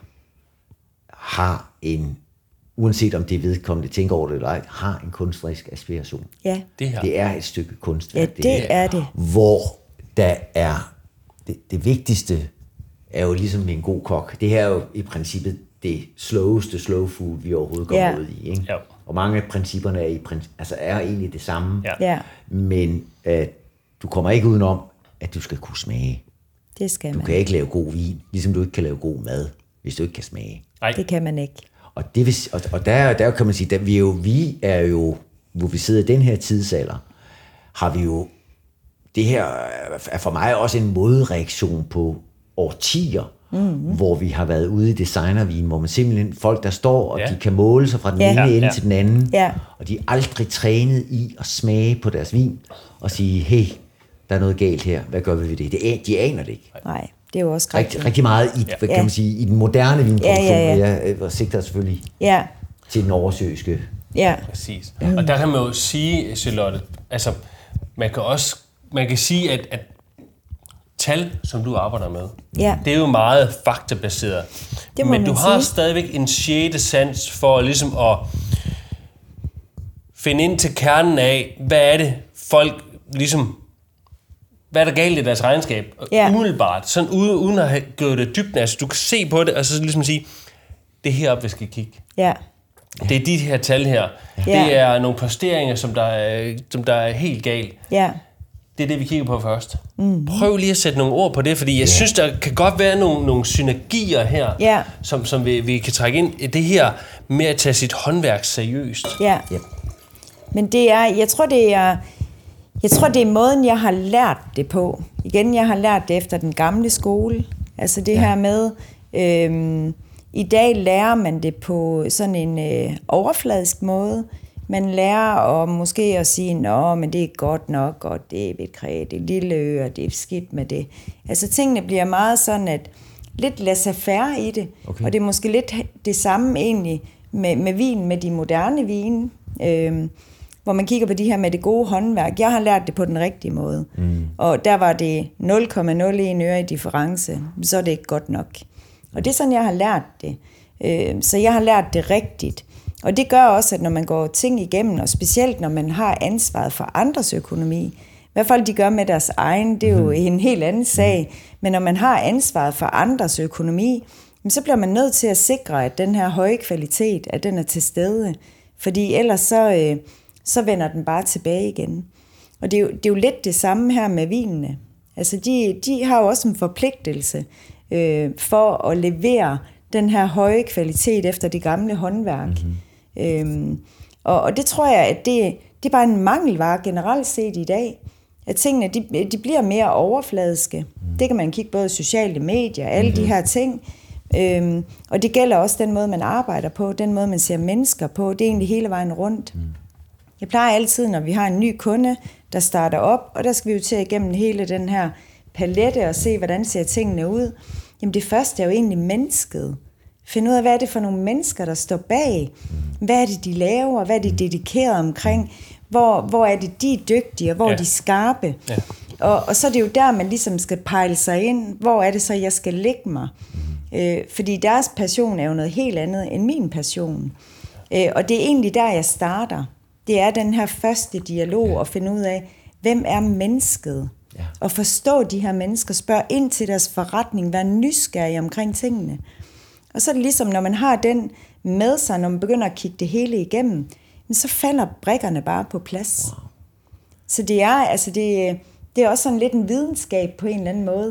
har uanset om det er vedkommende, tænker over det eller ej, har en kunstnerisk aspiration. Ja. Det er et stykke kunst. Ja, det er det. Hvor der er, det vigtigste er jo ligesom med en god kok. Det her er jo i princippet det sloweste slow food, vi overhovedet kommer ud i. Ikke? Ja. Og mange af principperne er egentlig det samme. Ja. Men du kommer ikke udenom, at du skal kunne smage. Det skal man. Du kan ikke lave god vin, ligesom du ikke kan lave god mad, hvis du ikke kan smage. Nej. Det kan man ikke. Og der kan man sige, at vi er jo, hvor vi sidder i den her tidsalder, har vi jo, det her er for mig også en modreaktion på årtier, hvor vi har været ude i designervin, hvor man simpelthen, folk der står, og de kan måle sig fra den ene ende til den anden, og de er aldrig trænet i at smage på deres vin, og sige, hey, der er noget galt her, hvad gør vi ved det? De aner det ikke. Nej, det er jo også rigtig meget kan man sige, i den moderne vinproduktion, og sigter selvfølgelig til den oversøiske. Ja. Præcis. Og der kan man jo sige, Charlotte, altså, man kan sige, at tal, som du arbejder med, det er jo meget faktabaseret. Men du har stadigvæk en sjette sans for ligesom at finde ind til kernen af, hvad er det folk ligesom, hvad er der galt i deres regnskab? Umiddelbart, sådan uden at have gjort det dybden, altså du kan se på det, og så ligesom sige, det er heroppe, vi skal kigge. Ja. Det er de her tal her. Det er nogle posteringer, som der er helt galt. Ja. Det er det, vi kigger på først. Prøv lige at sætte nogle ord på det, fordi jeg synes, der kan godt være nogle synergier her, som vi kan trække ind i det her med at tage sit håndværk seriøst. Ja. Men det er, jeg tror, det er måden, jeg har lært det på. Igen, jeg har lært det efter den gamle skole. Altså det her med, i dag lærer man det på sådan en overfladisk måde, Man lærer at måske at sige, nå, men det er godt nok, og det er vedkræ, det er lille øre, det er skidt med det. Altså tingene bliver meget sådan, at lidt laissez-faire i det, okay. Og det er måske lidt det samme egentlig med vin, med de moderne vine, hvor man kigger på de her med det gode håndværk. Jeg har lært det på den rigtige måde, og der var det 0,01 øre i difference, så er det ikke godt nok. Og det er sådan, jeg har lært det. Så jeg har lært det rigtigt. Og det gør også, at når man går ting igennem, og specielt når man har ansvaret for andres økonomi, hvad folk de gør med deres egen, det er jo en helt anden sag, men når man har ansvaret for andres økonomi, så bliver man nødt til at sikre, at den her høje kvalitet, at den er til stede, fordi ellers så vender den bare tilbage igen. Og det er jo lidt det samme her med vinene. Altså de har jo også en forpligtelse for at levere den her høje kvalitet efter det gamle håndværk. Og det tror jeg, at det er bare en mangelvare generelt set i dag, at tingene de bliver mere overfladiske. Det kan man kigge både i sociale medier, alle de her ting. Og det gælder også den måde, man arbejder på, den måde, man ser mennesker på. Det er egentlig hele vejen rundt. Jeg plejer altid, når vi har en ny kunde, der starter op, og der skal vi jo til igennem hele den her palette og se, hvordan ser tingene ud. Jamen det første er jo egentlig mennesket. Finde ud af, hvad er det for nogle mennesker, der står bag? Hvad er det, de laver? Hvad er de dedikeret omkring? Hvor er det, de er dygtige, og hvor er de skarpe? Ja. Og så er det jo der, man ligesom skal pejle sig ind. Hvor er det så, jeg skal lægge mig? Fordi deres passion er jo noget helt andet end min passion. Og det er egentlig der, jeg starter. Det er den her første dialog og finde ud af, hvem er mennesket? Ja. Og forstå de her mennesker, spørge ind til deres forretning, være nysgerrig omkring tingene. Og så er det ligesom, når man har den med sig, når man begynder at kigge det hele igennem, så falder brikkerne bare på plads. Wow. Så det er også sådan lidt en videnskab på en eller anden måde.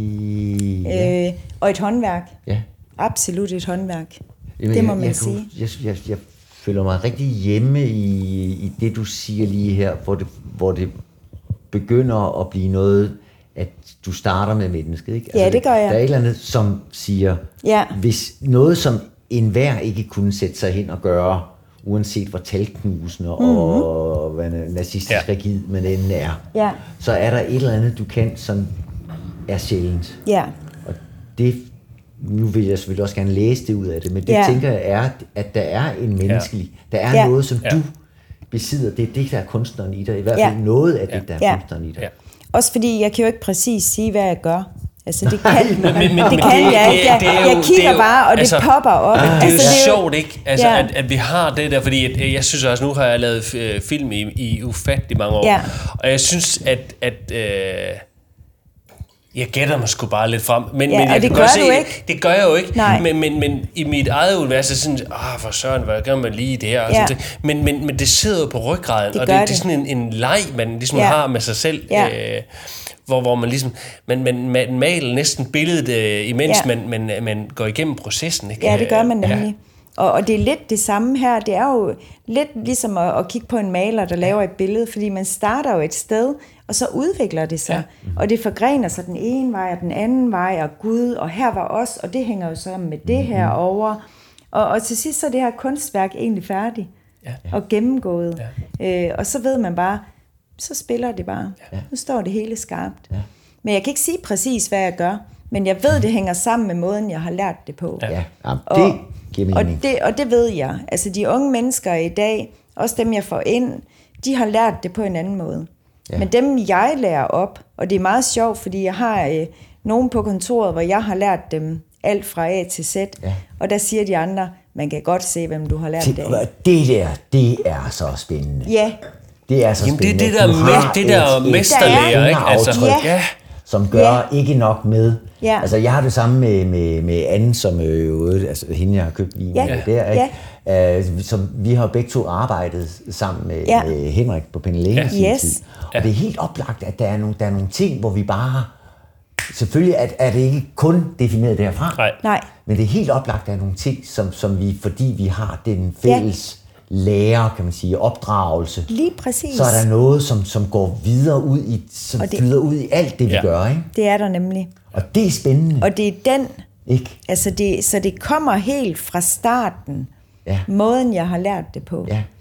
Ja. Og et håndværk. Ja. Absolut et håndværk. Det må man sige. Jeg føler mig rigtig hjemme i det, du siger lige her, hvor det begynder at blive noget, at du starter med mennesket, ikke? Altså, det gør jeg. Der er et eller andet, som siger, hvis noget, som enhver ikke kunne sætte sig hen og gøre, uanset hvor talknusende og hvad nazistisk rigid man end er, så er der et eller andet, du kan, som er sjældent. Ja. Og det, nu vil jeg selvfølgelig også gerne læse det ud af det, men det tænker jeg er, at der er en menneskelig, der er noget, som du besidder. Det er det, der er kunstneren i dig, i hvert fald noget af det, der er kunstneren i dig. Ja. Også fordi, jeg kan jo ikke præcis sige, hvad jeg gør. Altså, det kan, det kan jeg ikke. Jeg kigger bare, og det popper op. Men det er jo sjovt, ikke? Altså, at vi har det der, fordi jeg synes også, nu har jeg lavet film i ufattelig mange år, og jeg synes, at jeg gætter mig sgu bare lidt frem, men jeg det kan gør se, du ikke. Det gør jeg jo ikke. Men i mit eget univers er sådan, for søren, hvad gør man lige der? Og sådan men det sidder jo på ryggraden, og det er sådan en leg, man ligesom har med sig selv, hvor man ligesom man maler næsten billedet, imens man går igennem processen. Ikke? Ja, det gør man nemlig. Og det er lidt det samme her. Det er jo lidt ligesom at kigge på en maler, der laver et billede, fordi man starter jo et sted, og så udvikler det sig. Og det forgrener sig den ene vej og den anden vej, og Gud, og her var os, og det hænger jo sammen med det her over. Og til sidst så er det her kunstværk egentlig færdigt og gennemgået. Og så ved man bare, så spiller det bare. Nu står det hele skarpt. Men jeg kan ikke sige præcis, hvad jeg gør, men jeg ved, det hænger sammen med måden, jeg har lært det på. Og det ved jeg. Altså de unge mennesker i dag, også dem jeg får ind, de har lært det på en anden måde. Men dem jeg lærer op, og det er meget sjovt, fordi jeg har nogen på kontoret, hvor jeg har lært dem alt fra A til Z, og der siger de andre, man kan godt se, hvem du har lært det af. Det er så spændende. Ja. Det er så spændende. Det der mesterlærer, ikke? Altså, som gør ikke nok med. Ja. Altså, jeg har det samme med Anne, som altså hende, jeg har købt vin med der, ikke? Som vi har begge to arbejdet sammen med Henrik på Pennelene sin tid. Og det er helt oplagt, at der er nogle ting, hvor vi bare... Selvfølgelig er det ikke kun defineret derfra. Nej. Men det er helt oplagt, at der er nogle ting, som vi, fordi vi har den fælles lære, kan man sige, opdragelse. Lige præcis. Så er der noget, som går videre ud i, flyder ud i alt det, vi gør, ikke? Det er der nemlig. Og det er spændende. Og det er den, ikke? Altså så det kommer helt fra starten, måden jeg har lært det på.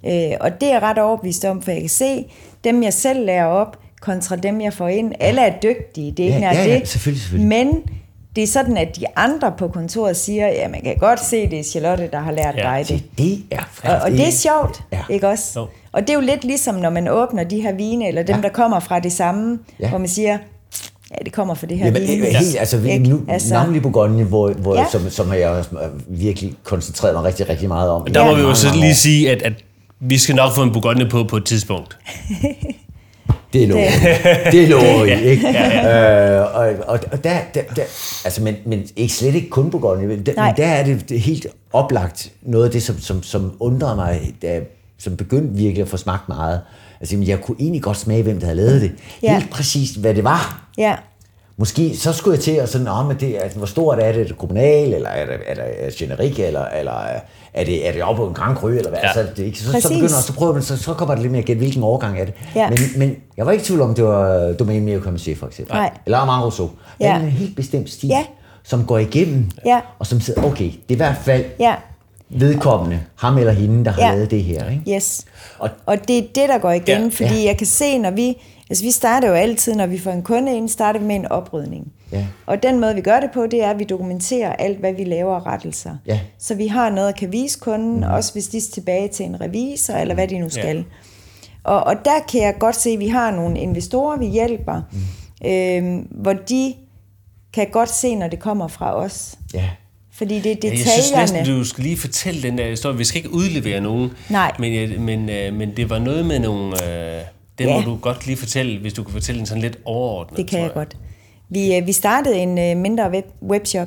Og det er jeg ret overbevist om, for jeg kan se, dem jeg selv lærer op, kontra dem jeg får ind, alle er dygtige, det er ikke nær det. Selvfølgelig. Men det er sådan, at de andre på kontoret siger, ja, man kan godt se, det er Charlotte, der har lært dig det. Det er og det er sjovt, ikke også? Jo. Og det er jo lidt ligesom, når man åbner de her vine, eller dem, der kommer fra det samme, hvor man siger, ja, det kommer fra det her vine. Navnlig Bourgogne, som har jeg virkelig koncentreret mig rigtig, rigtig meget om. Der må vi jo så lige sige, at vi skal nok få en Bourgogne på et tidspunkt. Det lover vi, ikke? Og der, altså, men ikke slet ikke kun Bourgogne, men der er det helt oplagt noget af det, som undrede mig, som begyndte virkelig at få smagt meget. Altså, jeg kunne egentlig godt smage, hvem der havde lavet det. Helt præcist, hvad det var. Ja. Måske så skulle jeg til at sådan, hvor stort er det? Er det kommunal, eller er det generic, eller er det oppe på en Grand Cru, eller hvad? Ja. Altså, det, så kommer det lidt mere at gætte, hvilken overgang er det. Ja. Men jeg var ikke i tvivl om, det var Domaine Mère Commercier, for eksempel. Nej. Eller Armand Rousseau. Det er en helt bestemt stil, som går igennem, og som siger, okay, det er i hvert fald vedkommende, ham eller hende, der har lavet det her. Ikke? Yes. Og det er det, der går igen, fordi jeg kan se, når vi starter jo altid, når vi får en kunde ind, starter vi med en oprydning. Ja. Og den måde, vi gør det på, det er, at vi dokumenterer alt, hvad vi laver af rettelser. Ja. Så vi har noget, der kan vise kunden, også hvis de er tilbage til en revisor, eller hvad de nu skal. Og der kan jeg godt se, at vi har nogle investorer, vi hjælper, hvor de kan godt se, når det kommer fra os. Ja. Fordi det er detaljerne. Jeg synes næsten, du skal lige fortælle den der historie. Vi skal ikke udlevere nogen. Nej. Men det var noget med nogle... Den må du godt lige fortælle, hvis du kan fortælle den sådan lidt overordnet. Det kan jeg godt. Vi startede en mindre webshop,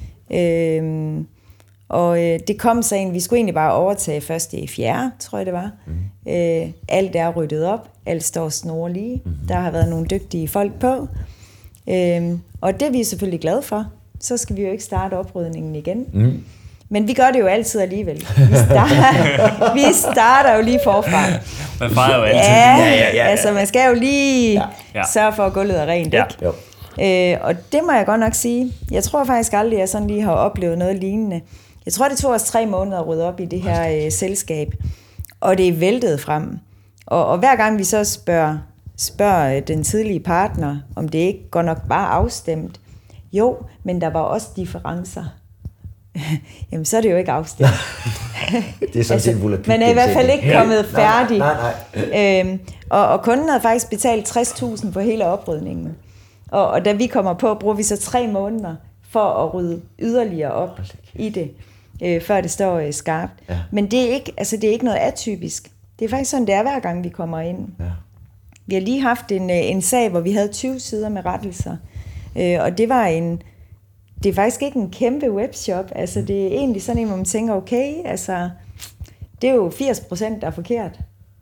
og det kom så ind, vi skulle egentlig bare overtage først i 4., tror jeg det var. Alt er ryddet op, alt står snor lige. Der har været nogle dygtige folk på, og det er vi selvfølgelig glade for. Så skal vi jo ikke starte oprydningen igen. Men vi gør det jo altid alligevel. Vi starter jo lige forfra. Man fejrer jo altid. Ja. Altså man skal jo lige sørge for, at gulvet er rent, ikke? Og det må jeg godt nok sige. Jeg tror faktisk aldrig, at jeg sådan lige har oplevet noget lignende. Jeg tror, det tog os 3 måneder at rydde op i det her selskab. Og det er væltet frem. Og hver gang vi så spørger den tidlige partner, om det ikke godt nok var afstemt. Jo, men der var også differencer. Jamen, så er det jo ikke afstemt. Det er sådan set volapyk. Man er i hvert fald ikke kommet færdig. Nej. Og kunden havde faktisk betalt 60.000 for hele oprydningen. Og da vi kommer på, bruger vi så 3 måneder for at rydde yderligere op i det, før det står skarpt. Ja. Men det er ikke noget atypisk. Det er faktisk sådan, det er hver gang, vi kommer ind. Ja. Vi har lige haft en sag, hvor vi havde 20 sider med rettelser. Og det er faktisk ikke en kæmpe webshop. Altså, det er egentlig sådan en, hvor man tænker, okay, altså, det er jo 80%, der er forkert.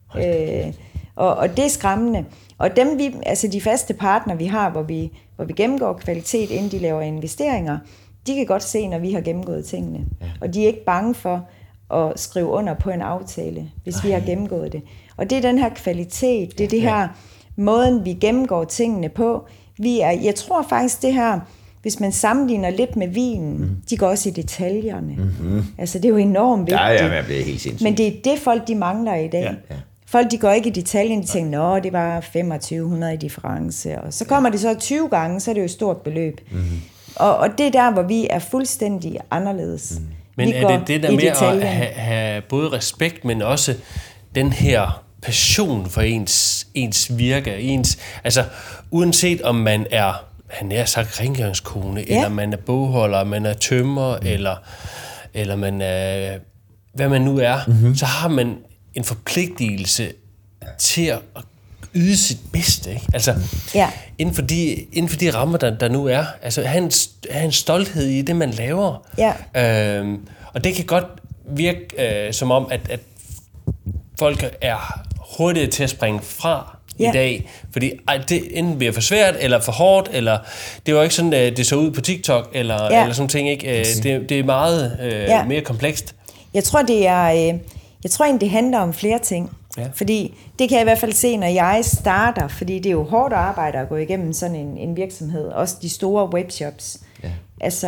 Og det er skræmmende. Og dem, de faste partner, vi har, hvor vi gennemgår kvalitet, inden de laver investeringer, de kan godt se, når vi har gennemgået tingene. Ja. Og de er ikke bange for at skrive under på en aftale, hvis vi har gennemgået det. Og det er den her kvalitet, det er det her måden, vi gennemgår tingene på. Jeg tror faktisk det her, hvis man sammenligner lidt med vinen, de går også i detaljerne. Altså det er jo enormt vigtigt. Jeg bliver helt sindssygt. Men det er det folk, de mangler i dag. Ja. Folk, de går ikke i detaljen, de tænker, det var 2500 i difference, og så kommer det så 20 gange, så er det jo et stort beløb. Og det er der, hvor vi er fuldstændig anderledes. Men er det der med at have både respekt, men også den her passion for ens virke, altså uanset om man er, han er sagt rengøringskone, eller man er bogholder, man er tømrer, eller man er, hvad man nu er, så har man en forpligtelse til at yde sit bedste, ikke? Altså, inden for de rammer, der nu er. Altså, have en stolthed i det, man laver. Ja. Og det kan godt virke som om, at folk er hurtige til at springe fra i dag, fordi det enten bliver for svært, eller for hårdt, eller det var ikke sådan, det så ud på TikTok, eller sådan ting, ikke? Det er meget mere komplekst. Jeg tror egentlig, det handler om flere ting. Ja. Fordi det kan jeg i hvert fald se, når jeg starter, fordi det er jo hårdt arbejde at gå igennem sådan en virksomhed, også de store webshops. Ja. Altså,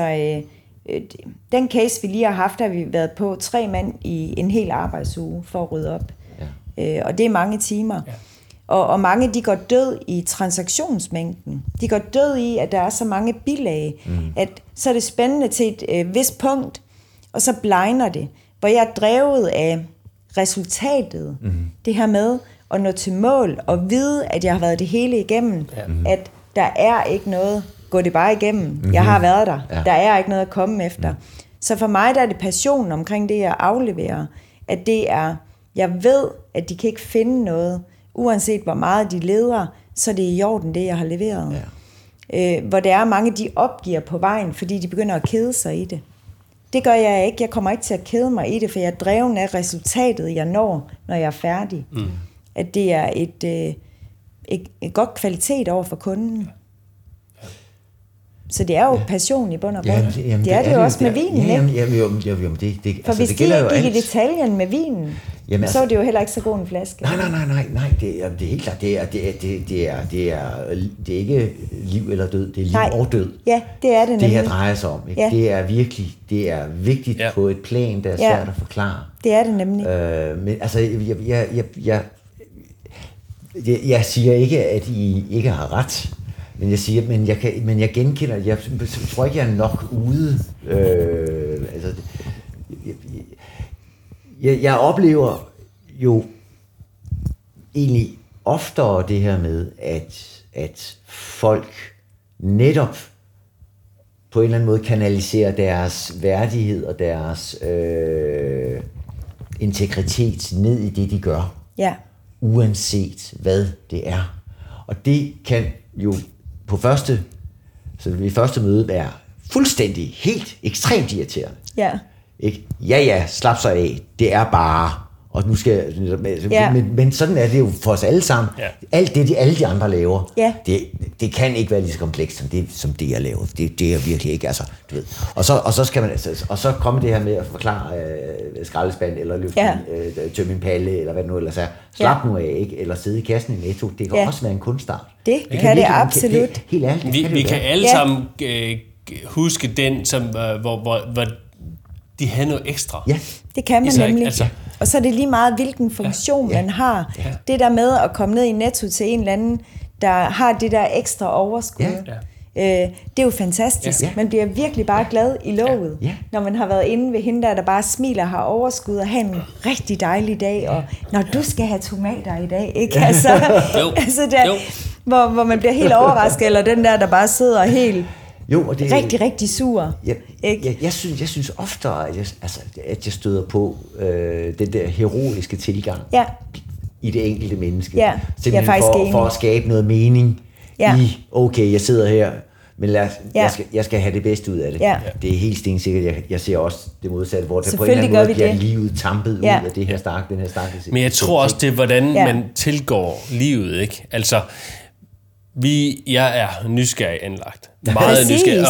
den case, vi lige har haft, har vi været på 3 mand i en hel arbejdsuge for at rydde op. Ja. Og det er mange timer. Ja. Og mange, de går død i transaktionsmængden. De går død i, at der er så mange bilag, at så er det spændende til et vist punkt, og så blegner det. Hvor jeg er drevet af resultatet. Det her med at nå til mål, og vide, at jeg har været det hele igennem. At der er ikke noget, gå det bare igennem. Jeg har været der. Der er ikke noget at komme efter. Så for mig, der er det passionen omkring det, jeg afleverer. At det er, jeg ved, at de kan ikke finde noget, uanset hvor meget de leder, så det er i orden, det jeg har leveret. Ja. Hvor det er mange, de opgiver på vejen, fordi de begynder at kede sig i det. Det gør jeg ikke. Jeg kommer ikke til at kede mig i det, for jeg er dreven af resultatet, jeg når jeg er færdig. At det er et godt kvalitet over for kunden. Så det er jo passion i bund og grund. Det er det jo også med vinen, ikke? For hvis de ikke gik i detaljen med vinen, så er det jo heller ikke så god en flaske. Nej, det er helt klart. Det er ikke liv eller død, det er liv og død. Ja, det er det nemlig. Det her drejer sig om. Ikke? Ja. Det er vigtigt på et plan, der er svært at forklare. Det er det nemlig. Men altså, jeg siger ikke, at I ikke har ret. Men jeg siger, men jeg genkender, jeg tror ikke, jeg er nok ude. Jeg oplever jo egentlig oftere det her med, at folk netop på en eller anden måde kanaliserer deres værdighed og deres integritet ned i det, de gør. Ja. Uanset hvad det er. Og det kan jo ved første møde være fuldstændig, helt ekstremt irriterende. Ja. Ikke? Ja, slap sig af. Det er bare. Og nu skal men sådan er det jo for os alle sammen. Ja. Alt det, alle de andre laver, det kan ikke være lige så komplekst som det jeg laver. Det er virkelig ikke, altså, du ved. Og så skal man, og så kommer det her med at forklare skraldespand, eller løfte tømme en palle, eller hvad det nu ellers er. Slap nu af, ikke? Eller sidde i kassen i Netto. Det kan også være en kunstart. Det kan det absolut. Helt ærligt. Vi kan alle sammen huske den, som, hvor de havde noget ekstra. Ja. Det kan man nemlig. Altså. Og så er det lige meget, hvilken funktion man har. Ja. Det der med at komme ned i Netto til en eller anden, der har det der ekstra overskud. Det er jo fantastisk. Ja. Man bliver virkelig bare glad i låget, når man har været inde ved hende der bare smiler, har overskud og har en rigtig dejlig dag. Og når du skal have tomater i dag, ikke? Altså, hvor man bliver helt overrasket, eller den der bare sidder helt... og det, rigtig sur. Jeg synes ofte, at jeg støder på den der heroiske tilgang i det enkelte menneske. Ja. Simpelthen for at skabe noget mening i, okay, jeg sidder her, men jeg skal have det bedste ud af det. Ja. Det er helt stensikkert. Jeg ser også det modsatte, hvor der på en eller anden måde bliver livet tampet ud af det her den her stakke. Men jeg tror også, det er, hvordan man tilgår livet, ikke? Altså, jeg er nysgerrig anlagt. Meget nysgerrig.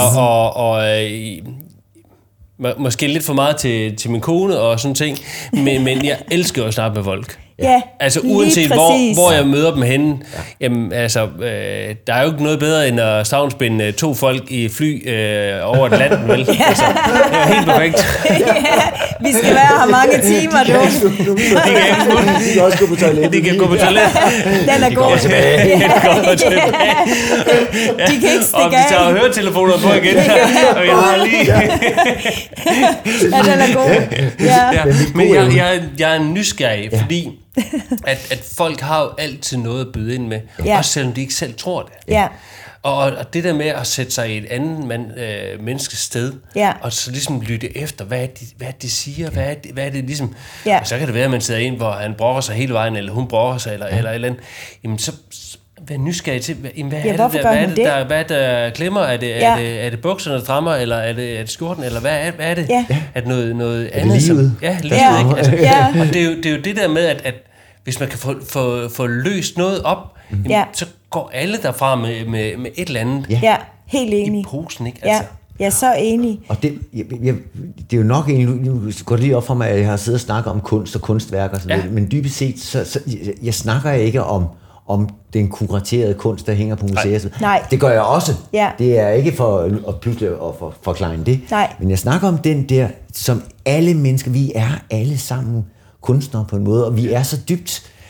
Og måske lidt for meget til min kone og sådan ting. Men jeg elsker at snakke med folk. Ja, altså uanset hvor jeg møder dem henne, jamen, altså, der er jo ikke noget bedre end at stavnspænde 2 folk i fly over Atlanten, vel? Altså, det er helt perfekt. Vi skal være her mange timer, du. De kan også gå på toilettet. De kan gå på toilettet. Den er god. De kan ikke stikke af. Og de tager høretelefoner på igen. Og jeg har lige... den er god. Ja. Men jeg er nysgerrig, fordi... At folk har jo altid noget at byde ind med, også selvom de ikke selv tror det. Ja. Og det der med at sætte sig i et andet menneskes sted, og så ligesom lytte efter, hvad de siger, hvad er det ligesom... Og så kan det være, at man sidder ind, hvor han brokker sig hele vejen, eller hun brokker sig, eller et eller andet. Jamen så vær nysgerrig til, hvad der klemmer? Er det bukserne, der strammer, eller er det skjorten, eller hvad er det? Er det noget andet? Livet. Livet, ikke? Altså, og det er jo det der med, at hvis man kan få løst noget op, så går alle derfra med et eller andet helt enig. I posen, ikke? Altså. Jeg er så enig. Og det er jo nok egentlig, nu går det lige op for mig, at jeg har siddet og snakket om kunst og kunstværk og sådan noget, men dybest set, så jeg snakker ikke om den kuraterede kunst, der hænger på museet. Nej. Det gør jeg også. Ja. Det er ikke for at pludselig at forklare det. Nej. Men jeg snakker om den der, som alle mennesker, vi er alle sammen kunstnere på en måde, og vi er så dybt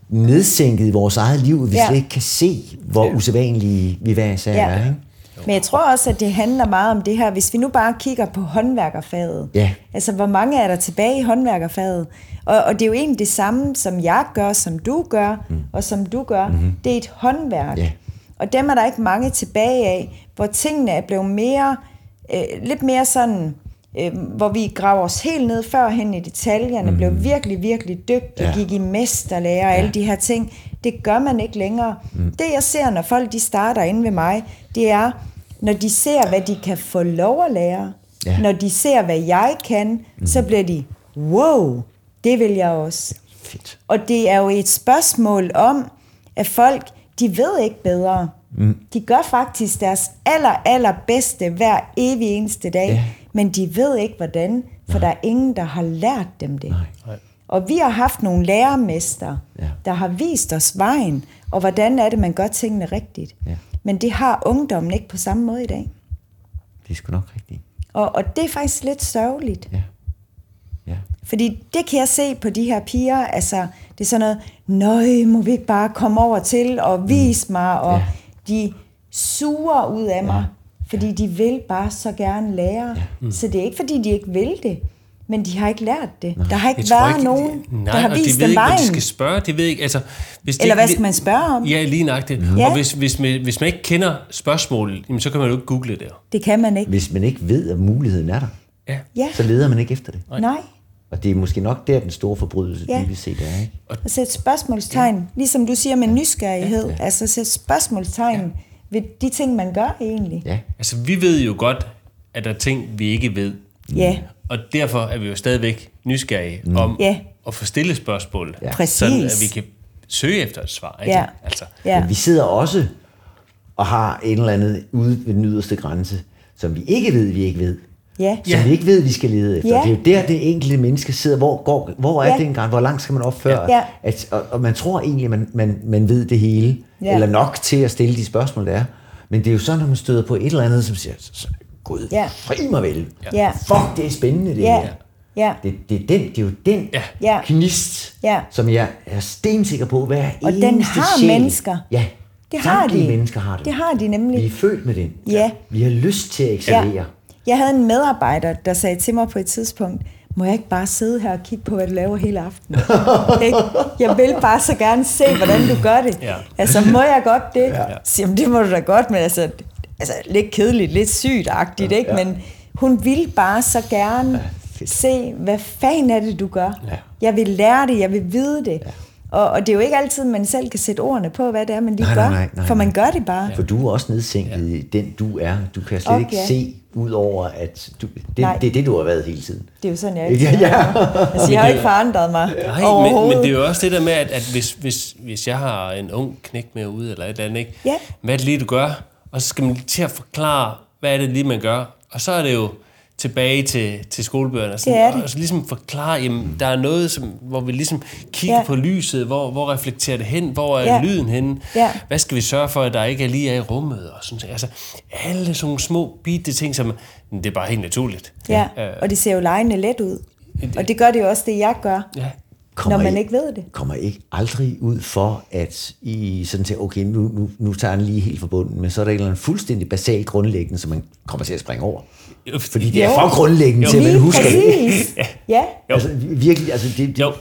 nedsænket i vores eget liv, at vi slet ikke kan se, hvor usædvanlige vi hver især er. Ikke? Men jeg tror også, at det handler meget om det her, hvis vi nu bare kigger på håndværkerfaget. Ja. Altså, hvor mange er der tilbage i håndværkerfaget? Og det er jo egentlig det samme, som jeg gør, som du gør, og som du gør. Det er et håndværk. Ja. Og dem er der ikke mange tilbage af, hvor tingene er blevet mere, lidt mere sådan, hvor vi graver os helt ned førhen i detaljerne, blev virkelig, virkelig dygtige, gik i mesterlære og alle de her ting. Det gør man ikke længere. Det jeg ser, når folk de starter inde ved mig, det er, når de ser, hvad de kan få lov at lære, når de ser, hvad jeg kan, så bliver de, wow, det vil jeg også. Fedt. Og det er jo et spørgsmål om, at folk, de ved ikke bedre. De gør faktisk deres allerbedste hver evig eneste dag, men de ved ikke hvordan, for der er ingen, der har lært dem det. Nej. Og vi har haft nogle lærermester, der har vist os vejen, og hvordan er det, man gør tingene rigtigt. Ja. Men det har ungdommen ikke på samme måde i dag. Det er sgu nok rigtigt. Og det er faktisk lidt sørgeligt. Ja. Ja. Fordi det kan jeg se på de her piger, altså det er sådan noget, nøj, må vi ikke bare komme over til og vise mig, og de suger ud af mig, fordi de vil bare så gerne lære. Så det er ikke fordi, de ikke vil det, men de har ikke lært det. Der har ikke været nogen, der har vist dem vejen. Nej, og de ved ikke, hvad de skal spørge. De ved ikke, altså, hvis de eller hvad ikke, skal man spørge om? Ja, lige nøjagtigt. Og hvis man ikke kender spørgsmålet, jamen, så kan man jo ikke google det. Det kan man ikke. Hvis man ikke ved, at muligheden er der, så leder man ikke efter det. Nej. Og det er måske nok der, den store forbrydelse, dybest set er. Ikke? Og sætte spørgsmålstegn, ligesom du siger med nysgerrighed, altså sætte spørgsmålstegn ved de ting, man gør egentlig. Ja. Altså, vi ved jo godt, at der er ting, vi ikke ved. Ja. Og derfor er vi jo stadigvæk nysgerrige om at få stille spørgsmål. Ja. Præcis. Sådan, at vi kan søge efter et svar. Ikke? Ja. Altså. Ja. Men vi sidder også og har en eller anden ude ved den yderste grænse, som vi ikke ved, vi ikke ved. Ja. Som vi ikke ved, vi skal lede efter. Ja. Det er jo der, det enkelte menneske sidder. Hvor er det engang? Hvor langt skal man opføre? Ja. Og man tror egentlig, at man ved det hele. Ja. Eller nok til at stille de spørgsmål, der er. Men det er jo sådan, når man støder på et eller andet, som siger, Gud, fri mig vel. Ja. Fuck, det er spændende, det her. Ja. Det er jo den gnist, som jeg er stensikker på, hver eneste og den har sjæl. mennesker. Ja, det har de. mennesker har det. Det har de nemlig. Vi er født med den. Ja. Vi har lyst til at excellere. Ja. Jeg havde en medarbejder, der sagde til mig på et tidspunkt, må jeg ikke bare sidde her og kigge på, hvad du laver hele aftenen? Jeg vil bare så gerne se, hvordan du gør det. Ja. Altså, må jeg godt det? Ja. Så, jamen, det må du da godt, men altså lidt kedeligt, lidt sygt-agtigt, ikke? Men hun ville bare så gerne se, hvad fanden er det, du gør? Ja. Jeg vil lære det, jeg vil vide det. Ja. Og det er jo ikke altid, man selv kan sætte ordene på, hvad det er, man lige gør. Nej. For man gør det bare. For du er også nedsænket i den, du er. Du kan slet ikke se ud over, at det er det, du har været hele tiden. Det er jo sådan, jeg ikke altså, jeg har ikke forandret mig men det er jo også det der med, at hvis jeg har en ung knæk med ude, eller et eller andet, ikke? Ja. Hvad er det lige, du gør? Og så skal man til at forklare, hvad er det lige, man gør? Og så er det jo tilbage til skolebøgerne. Og så ligesom forklare, jamen, der er noget, hvor vi ligesom kigger på lyset, hvor reflekterer det hen, hvor er lyden henne, hvad skal vi sørge for, at der ikke er lige er i rummet, og sådan. Altså, alle sådan små bitte ting, som det er bare helt naturligt. Ja, og det ser jo legende let ud. Og det gør det jo også, det jeg gør. Ja. Når man ikke ved det. Kommer ikke aldrig ud for, at I sådan til, okay, nu tager den lige helt forbundet, men så er der en eller anden fuldstændig basalt grundlæggende, som man kommer til at springe over. Fordi det er for grundlæggende til, at man husker det. Ja. Altså virkelig, altså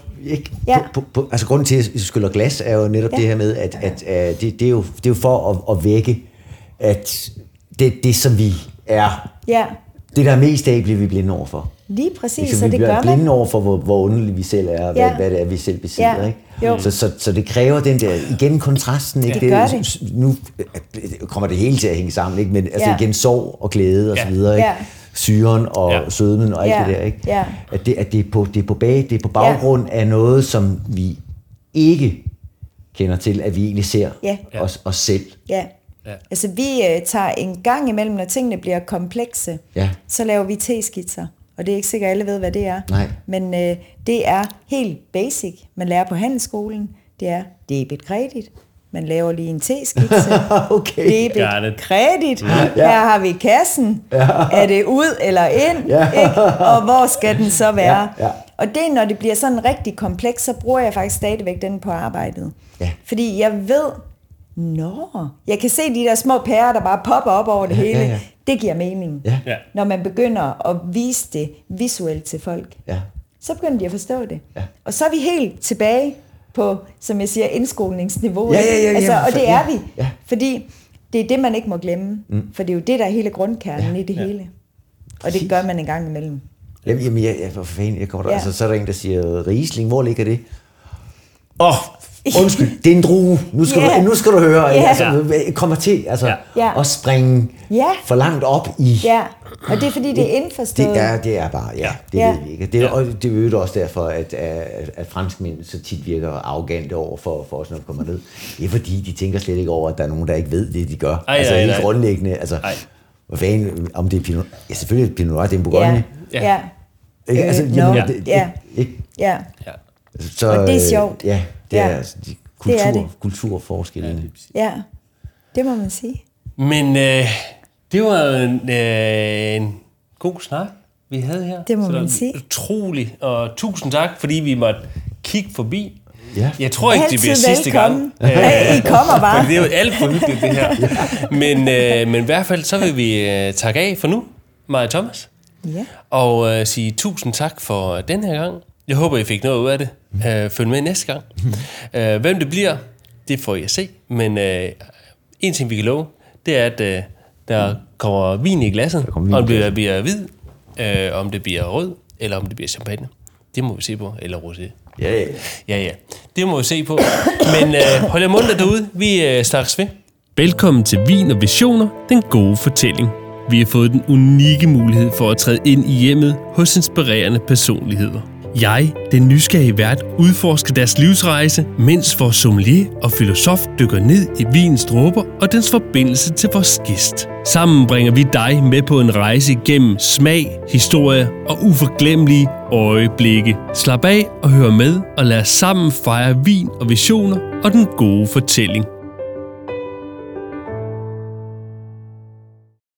altså grunden til, at jeg skyller glas, er jo netop det her med, at det er jo for at vække, at det som vi er, det der er mest af, bliver vi blinde overfor. Lige præcis, så det gør man. Vi bliver blinde overfor, hvor underlige vi selv er, hvad det er, vi selv besidder. Ikke? Så det kræver den der, igen kontrasten. Ikke? Det gør det. Nu kommer det hele til at hænge sammen, ikke? Men altså igen sorg og glæde og så videre. Ikke? Syren og sødmen og alt det der. Ikke? At det er på baggrund af noget, som vi ikke kender til, at vi egentlig ser os selv. Ja. Altså vi tager en gang imellem, når tingene bliver komplekse, så laver vi teskitser. Og det er ikke sikkert, at alle ved, hvad det er. Nej. Men det er helt basic. Man lærer på handelsskolen. Det er debit kredit. Man laver lige en teskitse. Okay. Debit kredit. Her har vi kassen. Er det ud eller ind? Ikke? Og hvor skal den så være? Og det, når det bliver sådan rigtig kompleks, så bruger jeg faktisk stadigvæk den på arbejdet. Ja. Fordi jeg ved, jeg kan se de der små pærer, der bare popper op over det hele. Ja. Det giver mening. Ja. Når man begynder at vise det visuelt til folk, så begynder de at forstå det. Ja. Og så er vi helt tilbage på, som jeg siger, indskolningsniveauet. Og det er vi. Ja. Fordi det er det, man ikke må glemme. For det er jo det, der er hele grundkernen i det hele. Og det gør man en gang imellem. Jamen, for fanden, altså, så er der en, der siger, Riesling, hvor ligger det? Undskyld, det er en drue. Nu skal du høre. Altså, kommer til at springe for langt op i... Ja, og det er fordi, det er indforstået. Det er bare, det ved vi ikke. Og det er jo også derfor, at franskmænd så tit virker arrogante over for os, når de kommer ned. Det er fordi, de tænker slet ikke over, at der er nogen, der ikke ved det, de gør. Helt grundlæggende. Altså, hvad fanden, om det er Pinot... Ja, selvfølgelig er Pinot Noir, det er en Bourgogne. Ja. Så, og det er sjovt. Ja, det er de kulturforskellene. Ja, det må man sige. Men det var en god snak, vi havde her. Det må man sige. Utroligt, og tusind tak, fordi vi måtte kigge forbi. Ja. Jeg tror ikke, det bliver sidste gang. I kommer bare. Det er jo alt for hyggeligt, det her. Men i hvert fald, så vil vi takke af for nu, Maja Thomas. Ja. Og sige tusind tak for den her gang. Jeg håber, I fik noget ud af det. Følg med næste gang. Hvem det bliver, det får I at se. Men en ting, vi kan love, det er, at der kommer vin i glasset. Om det bliver hvid, om det bliver rød, eller om det bliver champagne. Det må vi se på. Eller rosé. Ja. Det må vi se på. Men hold jer munter derude. Vi snakkes ved. Velkommen til Vin og Visioner, den gode fortælling. Vi har fået den unikke mulighed for at træde ind i hjemmet hos inspirerende personligheder. Jeg, den nysgerrige vært, udforsker deres livsrejse, mens vores sommelier og filosof dykker ned i vinens dråber og dens forbindelse til vores gæst. Sammen bringer vi dig med på en rejse igennem smag, historie og uforglemmelige øjeblikke. Slap af og hør med, og lad os sammen fejre vin og visioner og den gode fortælling.